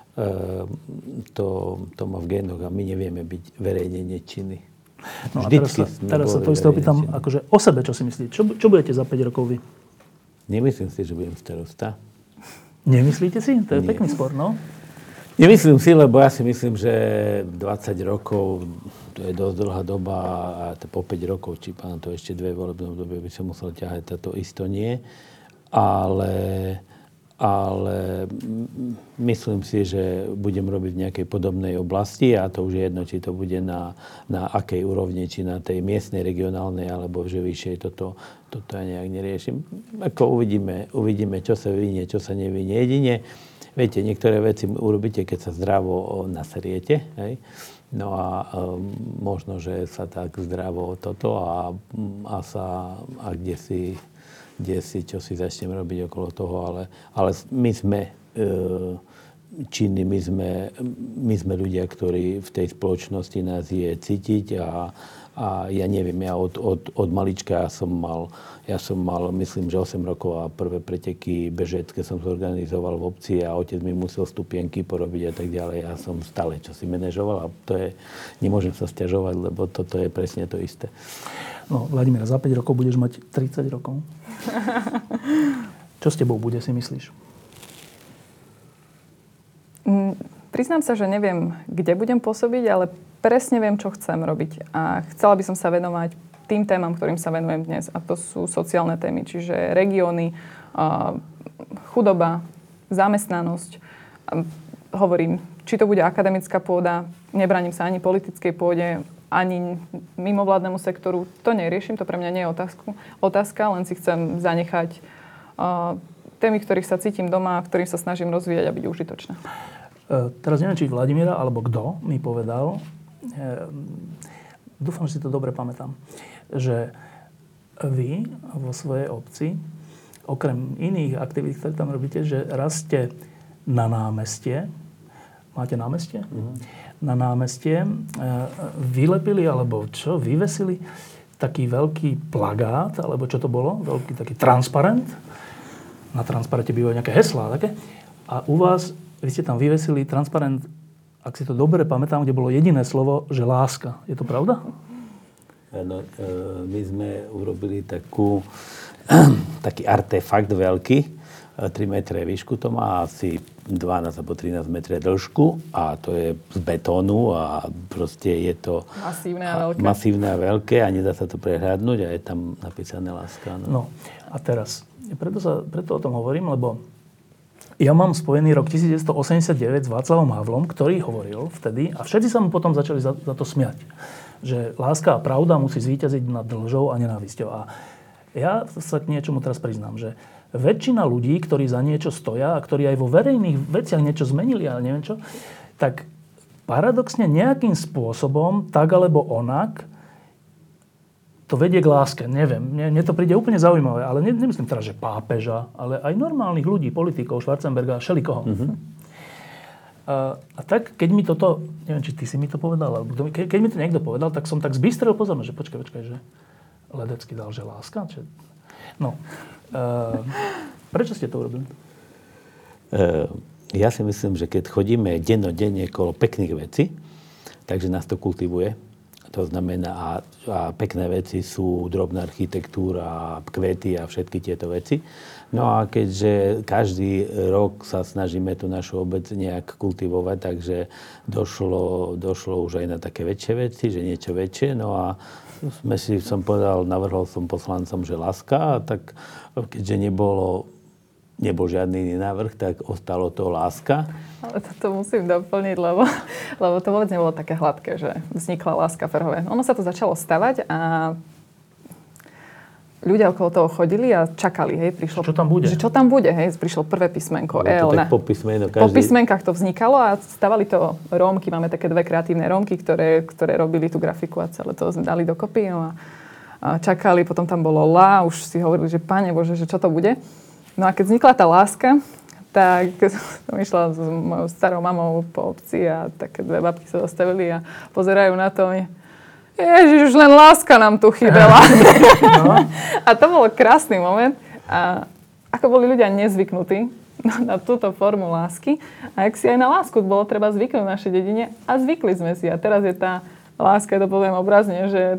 to má v génoch a my nevieme byť verejne nečinní.
No a teraz sa to isté opýtam akože o sebe, čo si myslíte. Čo budete za 5 rokov vy?
Nemyslím si, že budem starosta.
Nemyslíte si? To je pekný spor, no.
Nemyslím si, lebo ja si myslím, že 20 rokov, to je dosť dlhá doba a po 5 rokov, či pána to ešte 2 volebné obdobie by som musel ťahať, to isto nie. Ale myslím si, že budem robiť v nejakej podobnej oblasti a to už je jedno, či to bude na akej úrovni, či na tej miestnej, regionálnej, alebo že vyššej, toto ja nejak neriešim. Ako uvidíme, čo sa vyvinie, čo sa nevyvinie. Jedine, viete, niektoré veci urobíte, keď sa zdravo naseriete, hej? No a možno, že sa tak zdravo toto a kde si čo si začnem robiť okolo toho, ale my sme činní, my sme ľudia, ktorí v tej spoločnosti nás je cítiť a ja neviem, ja od malička ja som mal, myslím, že 8 rokov a prvé preteky bežecké som zorganizoval v obci a otec mi musel stupienky porobiť a tak ďalej. Ja som stále čo si manažoval a nemôžem sa sťažovať, lebo toto je presne to isté.
No, Vladimír, za 5 rokov budeš mať 30 rokov. Čo s tebou bude, si myslíš?
Priznám sa, že neviem, kde budem pôsobiť, ale presne viem, čo chcem robiť. A chcela by som sa venovať tým témam, ktorým sa venujem dnes. A to sú sociálne témy, čiže regióny, chudoba, zamestnanosť. Hovorím, či to bude akademická pôda, nebraním sa ani politickej pôde, ani mimovládnemu sektoru. To neriešim, to pre mňa nie je otázka, len si chcem zanechať témy, ktorých sa cítim doma, ktorých sa snažím rozvíjať a byť užitočná.
Teraz neviem, či Vladimíra, alebo kto mi povedal, dúfam, že si to dobre pamätám, že vy vo svojej obci, okrem iných aktivít, ktoré tam robíte, že raz ste na námestie, máte námestie? Na námestie vylepili, alebo čo, vyvesili taký veľký plagát, alebo čo to bolo? Veľký taký transparent. Na transparente bývajú nejaké heslá, také. A u vás, vy ste tam vyvesili transparent, ak si to dobre pamätám, kde bolo jediné slovo, že láska. Je to pravda?
No, my sme urobili taký artefakt veľký, 3 metre výšku to má, asi 12 alebo 13 metre dĺžku a to je z betónu a proste je to masívne a veľké a nedá sa to prehľadnúť a je tam napísané láska.
No a teraz, preto o tom hovorím, lebo ja mám spojený rok 1989 s Václavom Havlom, ktorý hovoril vtedy a všetci sa mu potom začali za to smiať, že láska a pravda musí zvíťaziť nad lžou a nenávisťou. A ja sa k niečomu teraz priznám, že väčšina ľudí, ktorí za niečo stoja a ktorí aj vo verejných veciach niečo zmenili, ale neviem čo, tak paradoxne nejakým spôsobom, tak alebo onak, to vedie k láske. Neviem, mne to príde úplne zaujímavé, ale nemyslím teraz, že pápeža, ale aj normálnych ľudí, politikov, Schwarzenberga, všelikoho. A tak, keď mi toto, neviem, či ty si mi to povedal, alebo keď mi to niekto povedal, tak som tak zbystrel pozornosť, že počkaj, že Ledecký dal, že láska? No. Prečo ste to urobili?
Ja si myslím, že keď chodíme dennodenne okolo pekných vecí, takže nás to kultivuje. To znamená, a pekné veci sú drobná architektúra, kvety a všetky tieto veci. No a keďže každý rok sa snažíme tú našu obec nejak kultivovať, takže došlo už aj na také väčšie veci, že niečo väčšie. No a navrhol som poslancom, že láska, a tak keďže nebol žiadny iný návrh, tak ostalo to láska.
Ale toto musím doplniť, lebo to vôbec nebolo také hladké, že vznikla Láska Ferhové. Ono sa to začalo stavať a ľudia okolo toho chodili a čakali, hej, prišlo...
Čo tam bude?
Čo tam bude, hej, prišlo prvé písmenko.
Po písmenách
Po písmenkách to vznikalo a stavali to Rómky. Máme také 2 kreatívne Rómky, ktoré robili tú grafiku a celé to dali dokopy. No a čakali, potom tam bolo lá, už si hovorili, že Pane Bože, že čo to bude. No a keď vznikla tá láska, tak som išla s mojou starou mamou po obci a také 2 babky sa zastavili a pozerajú na to. Ježiš, už len láska nám tu chýbala. No. A to bol krásny moment. A ako boli ľudia nezvyknutí na túto formu lásky. A ak si aj na lásku bolo treba zvyknúť v našej dedine. A zvykli sme si. A teraz je tá láska, to poviem obrazne, že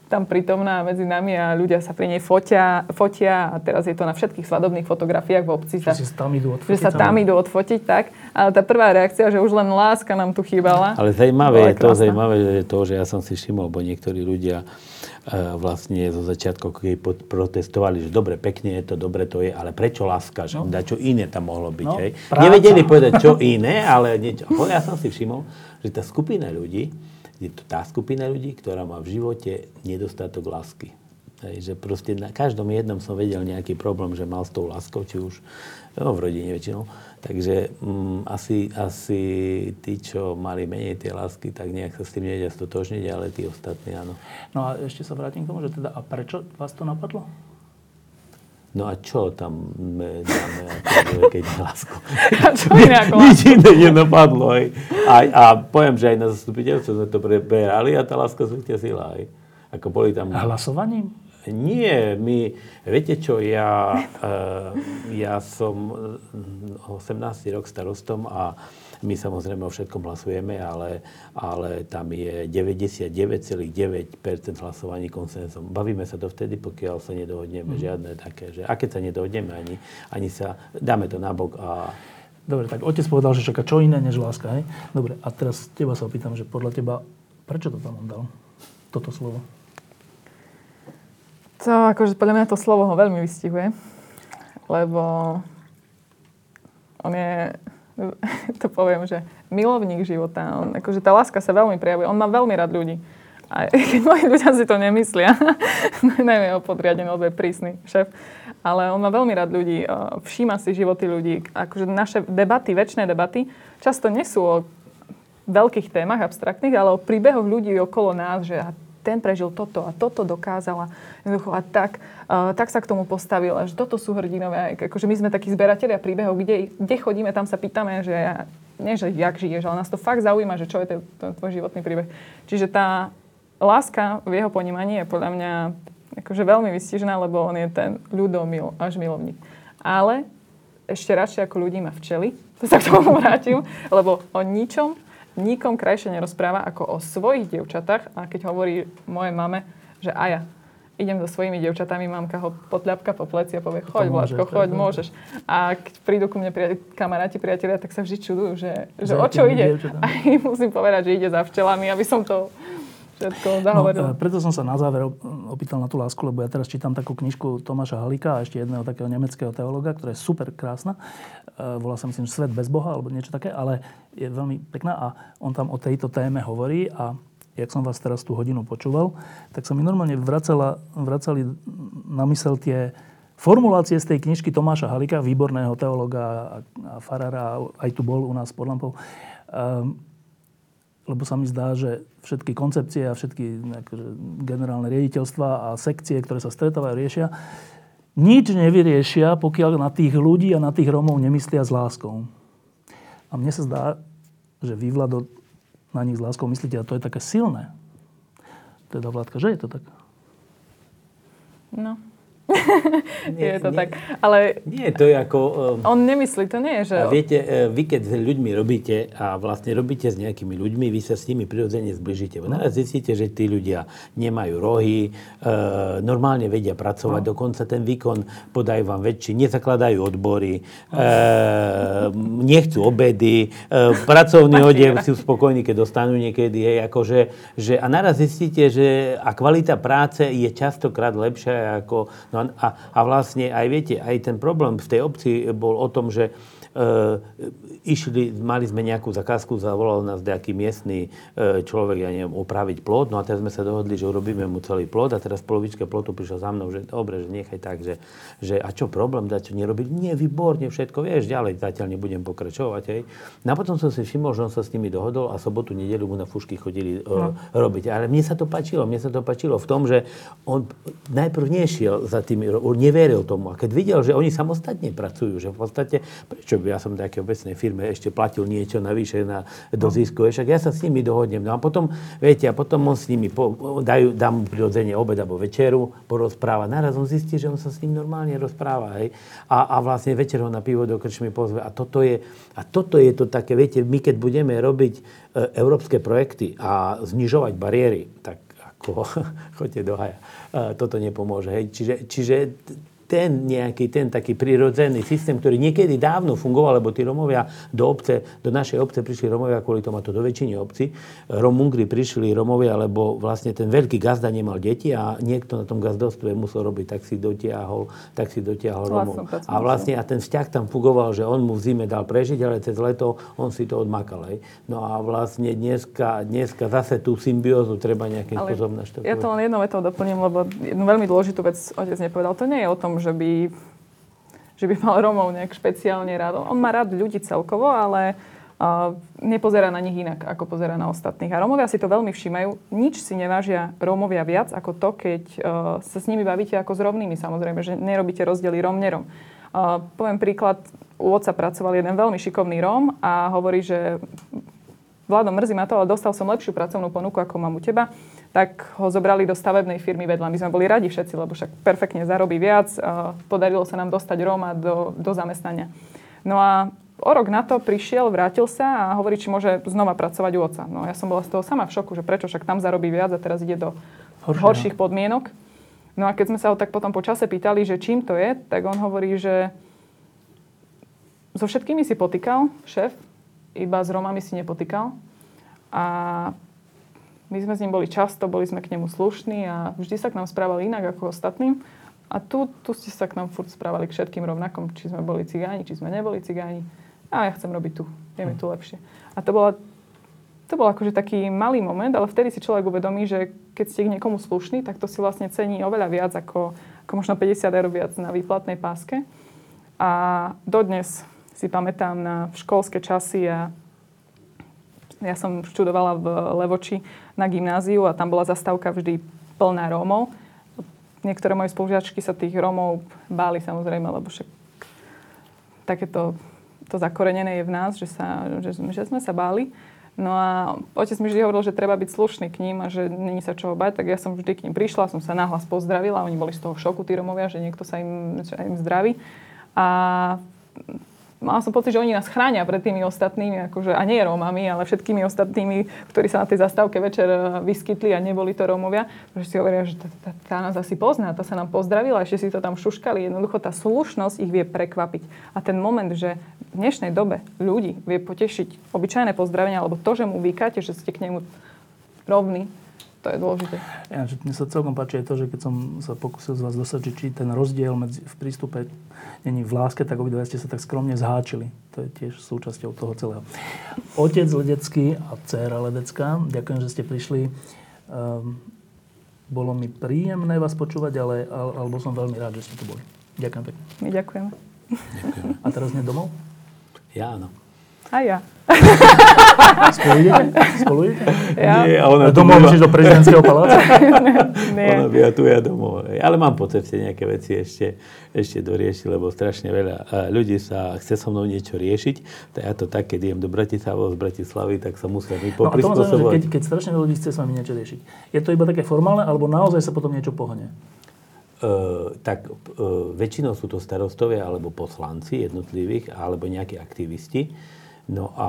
tam prítomná medzi nami a ľudia sa pri nej fotia a teraz je to na všetkých svadobných fotografiách v obci.
Že
sa tam idú odfotiť, tak. Ale tá prvá reakcia, že už len láska nám tu chýbala.
Ale zaujímavé je to, že ja som si všimol, bo niektorí ľudia vlastne zo začiatku, keď protestovali, že dobre, pekne je to, dobre to je, ale prečo láska? Že čo iné tam mohlo byť, hej? Nevedeli povedať, čo iné, ale niečo. Ja som si všimol, že tá skupina ľudí, je to tá skupina ľudí, ktorá má v živote nedostatok lásky. Hej, že proste na každom jednom som vedel nejaký problém, že mal s tou láskou, či už v rodine väčšinou. Takže asi tí, čo mali menej tie lásky, tak nejak sa s tým nevedia stotožniť, ale tí ostatní áno.
No a ešte sa vrátim k tomu, že teda, a prečo vás to napadlo?
No a čo tam dáme, keď je lásku?
A čo iné ako lásku?
Nič iné nenapadlo. A poviem, že aj na zastupiteľstve sme to preberali a tá láska zvíťazila. Ako boli tam...
Hlasovaním?
Nie, viete čo, ja som 18 rok starostom a my samozrejme o všetkom hlasujeme, ale tam je 99,9% hlasovaní konsenzom. Bavíme sa to vtedy, pokiaľ sa nedohodneme, žiadne také, že a keď sa nedohodneme, ani sa dáme to nabok a...
Dobre, tak otec povedal, že čaká čo iné než láska, hej? Dobre, a teraz teba sa opýtam, že podľa teba, prečo to tam on dal? Toto slovo.
To, akože podľa mňa to slovo ho veľmi vystihuje, lebo on je, to poviem, že milovník života. Akože tá láska sa veľmi prejavuje. On má veľmi rád ľudí. A keď moji ľudia si to nemyslia, najmä jeho podriadený, lebo je prísny šéf, ale on má veľmi rád ľudí, všíma si životy ľudí. Akože naše debaty, večné debaty, často nie sú o veľkých témach abstraktných, ale o príbehoch ľudí okolo nás, že ten prežil toto a toto dokázala. A tak sa k tomu postavil, že toto sú hrdinové. Akože my sme takí zberatelia príbehov, kde chodíme, tam sa pýtame, že nie, že jak žiješ, ale nás to fakt zaujíma, že čo je ten tvoj životný príbeh. Čiže tá láska v jeho ponímaní je podľa mňa akože veľmi vystižená, lebo on je ten ľudomil, až milovník. Ale ešte radšej ako ľudí má včely, to sa k tomu vrátim, lebo o nikom krajšie nerozpráva ako o svojich dievčatách. A keď hovorí mojej mame, že Aja, idem so svojimi dievčatami, mamka ho potľapka po pleci a povie, choď Vládko, choď, môžeš. A keď prídu ku mne kamaráti, priatelia, tak sa vždy čudujú, že o čo ide. A im musím povedať, že ide za včelami, aby som to všetko zahovorila.
No, preto som sa na záver opýtal na tú lásku, lebo ja teraz čítam takú knižku Tomáša Halíka a ešte jedného takého nemeckého teológa, ktorá je super krásna. Volá sa, myslím, Svet bez Boha, alebo niečo také, ale je veľmi pekná a on tam o tejto téme hovorí a jak som vás teraz tú hodinu počúval, tak sa mi normálne vracali na mysel tie formulácie z tej knižky Tomáša Halíka, výborného teológa a farára, aj tu bol u nás pod lampou. Lebo sa mi zdá, že všetky koncepcie a všetky generálne riaditeľstvá a sekcie, ktoré sa stretávajú, riešia, nič nevyriešia, pokiaľ na tých ľudí a na tých Rómov nemyslia s láskou. A mne sa zdá, že vy, Vlado, na nich s láskou myslíte, a to je také silné. Teda, Vládka, že je to tak?
No. Je to tak. Ale
nie, to je ako...
on nemyslí, to nie je, že...
A viete, vy keď s ľuďmi robíte a vlastne robíte s nejakými ľuďmi, vy sa s nimi prirodzene zbližíte. Naraz zistíte, že tí ľudia nemajú rohy, normálne vedia pracovať, dokonca ten výkon podajú vám väčší, nezakladajú odbory, nechcú obedy, pracovný odev sú spokojní, keď dostanú niekedy. A naraz zistíte, že a kvalita práce je častokrát lepšia ako... A vlastne aj viete, aj ten problém v tej obci bol o tom, že mali sme nejakú zakázku, zavolal nás nejaký miestny človek, ja neviem, opraviť plot, no a teraz sme sa dohodli, že urobíme mu celý plot a teraz polovička plotu prišla za mnou, že dobre, že nechaj tak, že a čo problém, dať čo nerobiť? Nie, výborne, všetko, vieš, ďalej zatiaľ nebudem pokračovať, hej. No a potom som si všimol, že on sa s nimi dohodol a sobotu, nedeľu mu na fúšky chodili robiť. Ale mne sa to páčilo v tom, že on najprv nešiel za tými, neveril tomu a keď videl, že oni samostatne pracujú, že v podstate, prečo ja som v nejakej obecnej firme ešte platil niečo navyše do zisku, však ja sa s nimi dohodnem. No a potom, viete, on s nimi dám mu prirodzene obed alebo večeru, porozpráva. Naraz on zistí, že on sa s ním normálne rozpráva. Hej. A vlastne večer ho na pivo do krčmy pozve. A toto je to také, viete, my keď budeme robiť európske projekty a znižovať bariéry, tak choďte do haja. Toto nepomôže. Hej. Čiže ten taký prirodzený systém, ktorý niekedy dávno fungoval, lebo tí Romovia do našej obce prišli Romovia, kvôli tomu to do väčšiny obci. Romungri prišli Romovia, lebo vlastne ten veľký gazda nemal deti a niekto na tom gazdovstve musel robiť, tak si dotiahol Romov. A vlastne ten vzťah tam fungoval, že on mu v zime dal prežiť, ale cez leto on si to odmakal. Hej. No a vlastne dneska zase tú symbiózu treba nejakým spôsobom naštartovať.
Ja to len jednou vetou doplním, lebo jednu veľmi dôležitú vec otec nepovedal. To nie je o tom, že by mal Rómov nejak špeciálne rád. On má rád ľudí celkovo, ale nepozerá na nich inak, ako pozerá na ostatných. A Rómovia si to veľmi všímajú. Nič si nevážia Rómovia viac ako to, keď sa s nimi bavíte ako s rovnými, samozrejme, že nerobíte rozdiely Róm, nerom. Poviem príklad, u otca pracoval jeden veľmi šikovný Róm a hovorí, že Vlado, mrzí ma to, ale dostal som lepšiu pracovnú ponuku, ako mám u teba, tak ho zobrali do stavebnej firmy vedľa. My sme boli radi všetci, lebo však perfektne zarobí viac. Podarilo sa nám dostať Róma do zamestnania. No a o rok na to prišiel, vrátil sa a hovorí, či môže znova pracovať u otca. No ja som bola z toho sama v šoku, že prečo, však tam zarobí viac a teraz ide do horších podmienok. No a keď sme sa ho tak potom po čase pýtali, že čím to je, tak on hovorí, že so všetkými si potýkal, šéf, iba s Rómami si nepotýkal. A my sme s ním boli často, boli sme k nemu slušní a vždy sa k nám správali inak ako ostatným. A tu ste sa k nám furt správali k všetkým rovnakom, či sme boli cigáni, či sme neboli cigáni. A ja chcem robiť tu, je mi tu lepšie. A to bol akože taký malý moment, ale vtedy si človek uvedomí, že keď ste k niekomu slušný, tak to si vlastne cení oveľa viac ako možno 50 € viac na výplatnej páske. A dodnes si pamätám na školské časy a ja som študovala v Levoči na gymnáziu a tam bola zastávka vždy plná Rómov. Niektoré moje spolužiačky sa tých Rómov báli samozrejme, lebo však takéto to zakorenené je v nás, že sme sa báli. No a otec mi vždy hovoril, že treba byť slušný k ním a že není sa čoho bať, tak ja som vždy k ním prišla, som sa nahlas pozdravila, oni boli z toho šoku, tí Rómovia, že niekto sa im zdraví. A mala som pocit, že oni nás chránia pred tými ostatnými, akože, a nie Rómami, ale všetkými ostatnými, ktorí sa na tej zastávke večer vyskytli a neboli to Rómovia. Že si hovoria, že tá nás asi pozná, tá sa nám pozdravila, ešte si to tam šuškali. Jednoducho tá slušnosť ich vie prekvapiť. A ten moment, že v dnešnej dobe ľudí vie potešiť obyčajné pozdravenia, alebo to, že mu vykáte, že ste k nemu rovní, to je dôležité.
Ja, že mne sa celkom páči aj to, že keď som sa pokúsil z vás dostať, či ten rozdiel v prístupe není v láske, tak obidva ste sa tak skromne zháčili. To je tiež súčasťou toho celého. Otec Ledecký a dcéra Ledecká, ďakujem, že ste prišli. Bolo mi príjemné vás počúvať, alebo som veľmi rád, že ste tu boli. Ďakujem pekne.
My ďakujeme.
Ďakujeme.
A teraz nie domov?
Ja áno.
A ja.
Spolu idete?
Ja.
Nie, ona
domov myslíš do prezidentského paláca?
Nie.
Ona býva tu, ja domov. Ale mám pocit, že nejaké veci ešte doriešiť, lebo strašne veľa ľudí sa chce so mnou niečo riešiť. Tak ja to tak, keď idem do Bratislavy, tak sa musia mi poprispôsobovať.
Keď strašne veľa ľudí chce s vami niečo riešiť. Je to iba také formálne, alebo naozaj sa potom niečo pohne?
Väčšinou sú to starostovia alebo poslanci jednotlivých, alebo nejakí aktivisti. No a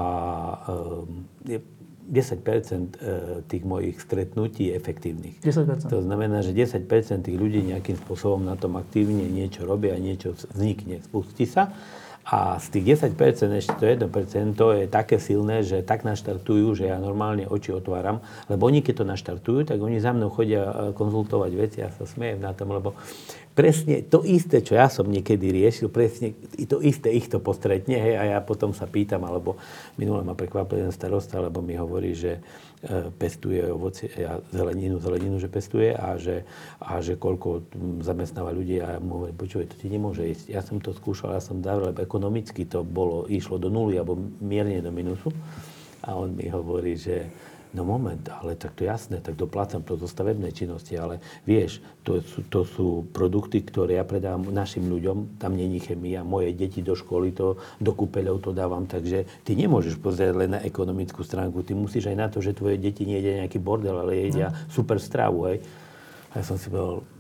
10% tých mojich stretnutí je efektívnych.
10%.
To znamená, že 10% tých ľudí nejakým spôsobom na tom aktívne niečo robia, niečo vznikne, spustí sa. A z tých 10% ešte to 1% je také silné, že tak naštartujú, že ja normálne oči otváram. Lebo oni, keď to naštartujú, tak oni za mnou chodia konzultovať veci a ja sa smejem na tom, lebo presne to isté, čo ja som niekedy riešil, presne to isté ich to postretne, hej, a ja potom sa pýtam, alebo minule ma prekvapil jeden starosta, lebo mi hovorí, že pestuje ovocie, zeleninu, že pestuje a že koľko zamestnáva ľudí a ja mu hovorím, počuj, to ti nemôže ísť. Ja som to skúšal, ja som dával, lebo ekonomicky to išlo do nuly alebo mierne do minusu a on mi hovorí, že no moment, ale tak to jasné, tak doplácam to zo stavebnej činnosti, ale vieš, to sú produkty, ktoré ja predávam našim ľuďom, tam není chemia, moje deti do školy, do kúpeľov to dávam, takže ty nemôžeš pozrieť len na ekonomickú stránku, ty musíš aj na to, že tvoje deti nejedia nejaký bordel, ale jedia super stravu, hej. A ja som si povedal,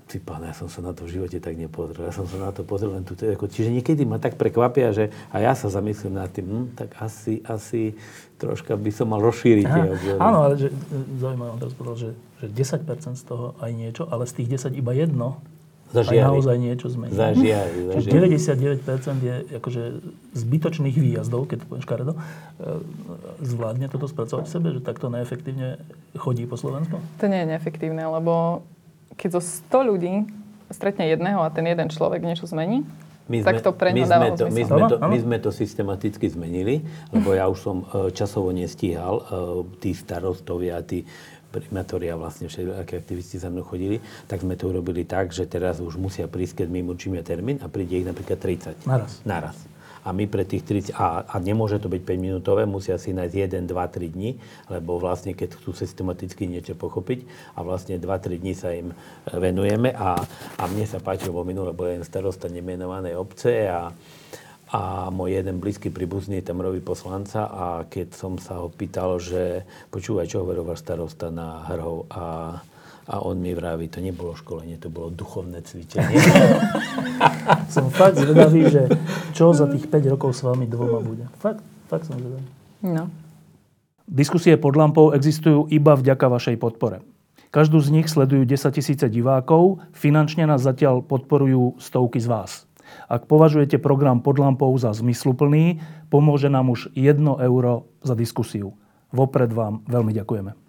Ty pána, ja som sa na to v živote tak nepozrel. Ja som sa na to pozrel len tu. Čiže niekedy ma tak prekvapia, že a ja sa zamyslím nad tým, tak asi troška by som mal rozšíriť tie obzory.
Áno, ale že, zaujímavé, on teraz povedal, že 10% z toho aj niečo, ale z tých 10 iba jedno aj naozaj niečo zmení.
Zažiari.
Čiže 99% je akože zbytočných výjazdov, keď to poviem škaredo, zvládne toto spracovať v sebe, že takto neefektívne chodí po Slovensku?
To nie je neefektívne, lebo keď zo 100 ľudí stretne jedného a ten jeden človek niečo zmení, tak to pre ňo dávalo zmysel.
My sme to systematicky zmenili, lebo ja už som časovo nestíhal, tí starostovia, tí primátori a vlastne všetky aktivisti za mnou chodili, tak sme to urobili tak, že teraz už musia prísť, keď my im určíme termín a príde ich napríklad 30. Naraz. A my pre tých 30, a nemôže to byť 5-minútové, musia si nájsť 1, 2, 3 dní, lebo vlastne keď chcú systematicky niečo pochopiť a vlastne 2-3 dní sa im venujeme a mne sa páči, lebo minule bol jeden starosta nemenovanej obce a môj jeden blízky príbuzný tam robí poslanca a keď som sa ho pýtal, že počúvaj, čo hovoril váš starosta na Hrhov a on mi vraví, to nebolo školenie, to bolo duchovné cvičenie.
Som fakt zvedavý, že čo za tých 5 rokov s vami dvoma bude. Fakt som zvedavý.
No.
Diskusie pod lampou existujú iba vďaka vašej podpore. Každú z nich sledujú 10 000 divákov, finančne nás zatiaľ podporujú stovky z vás. Ak považujete program Pod lampou za zmysluplný, pomôže nám už 1 euro za diskusiu. Vopred vám veľmi ďakujeme.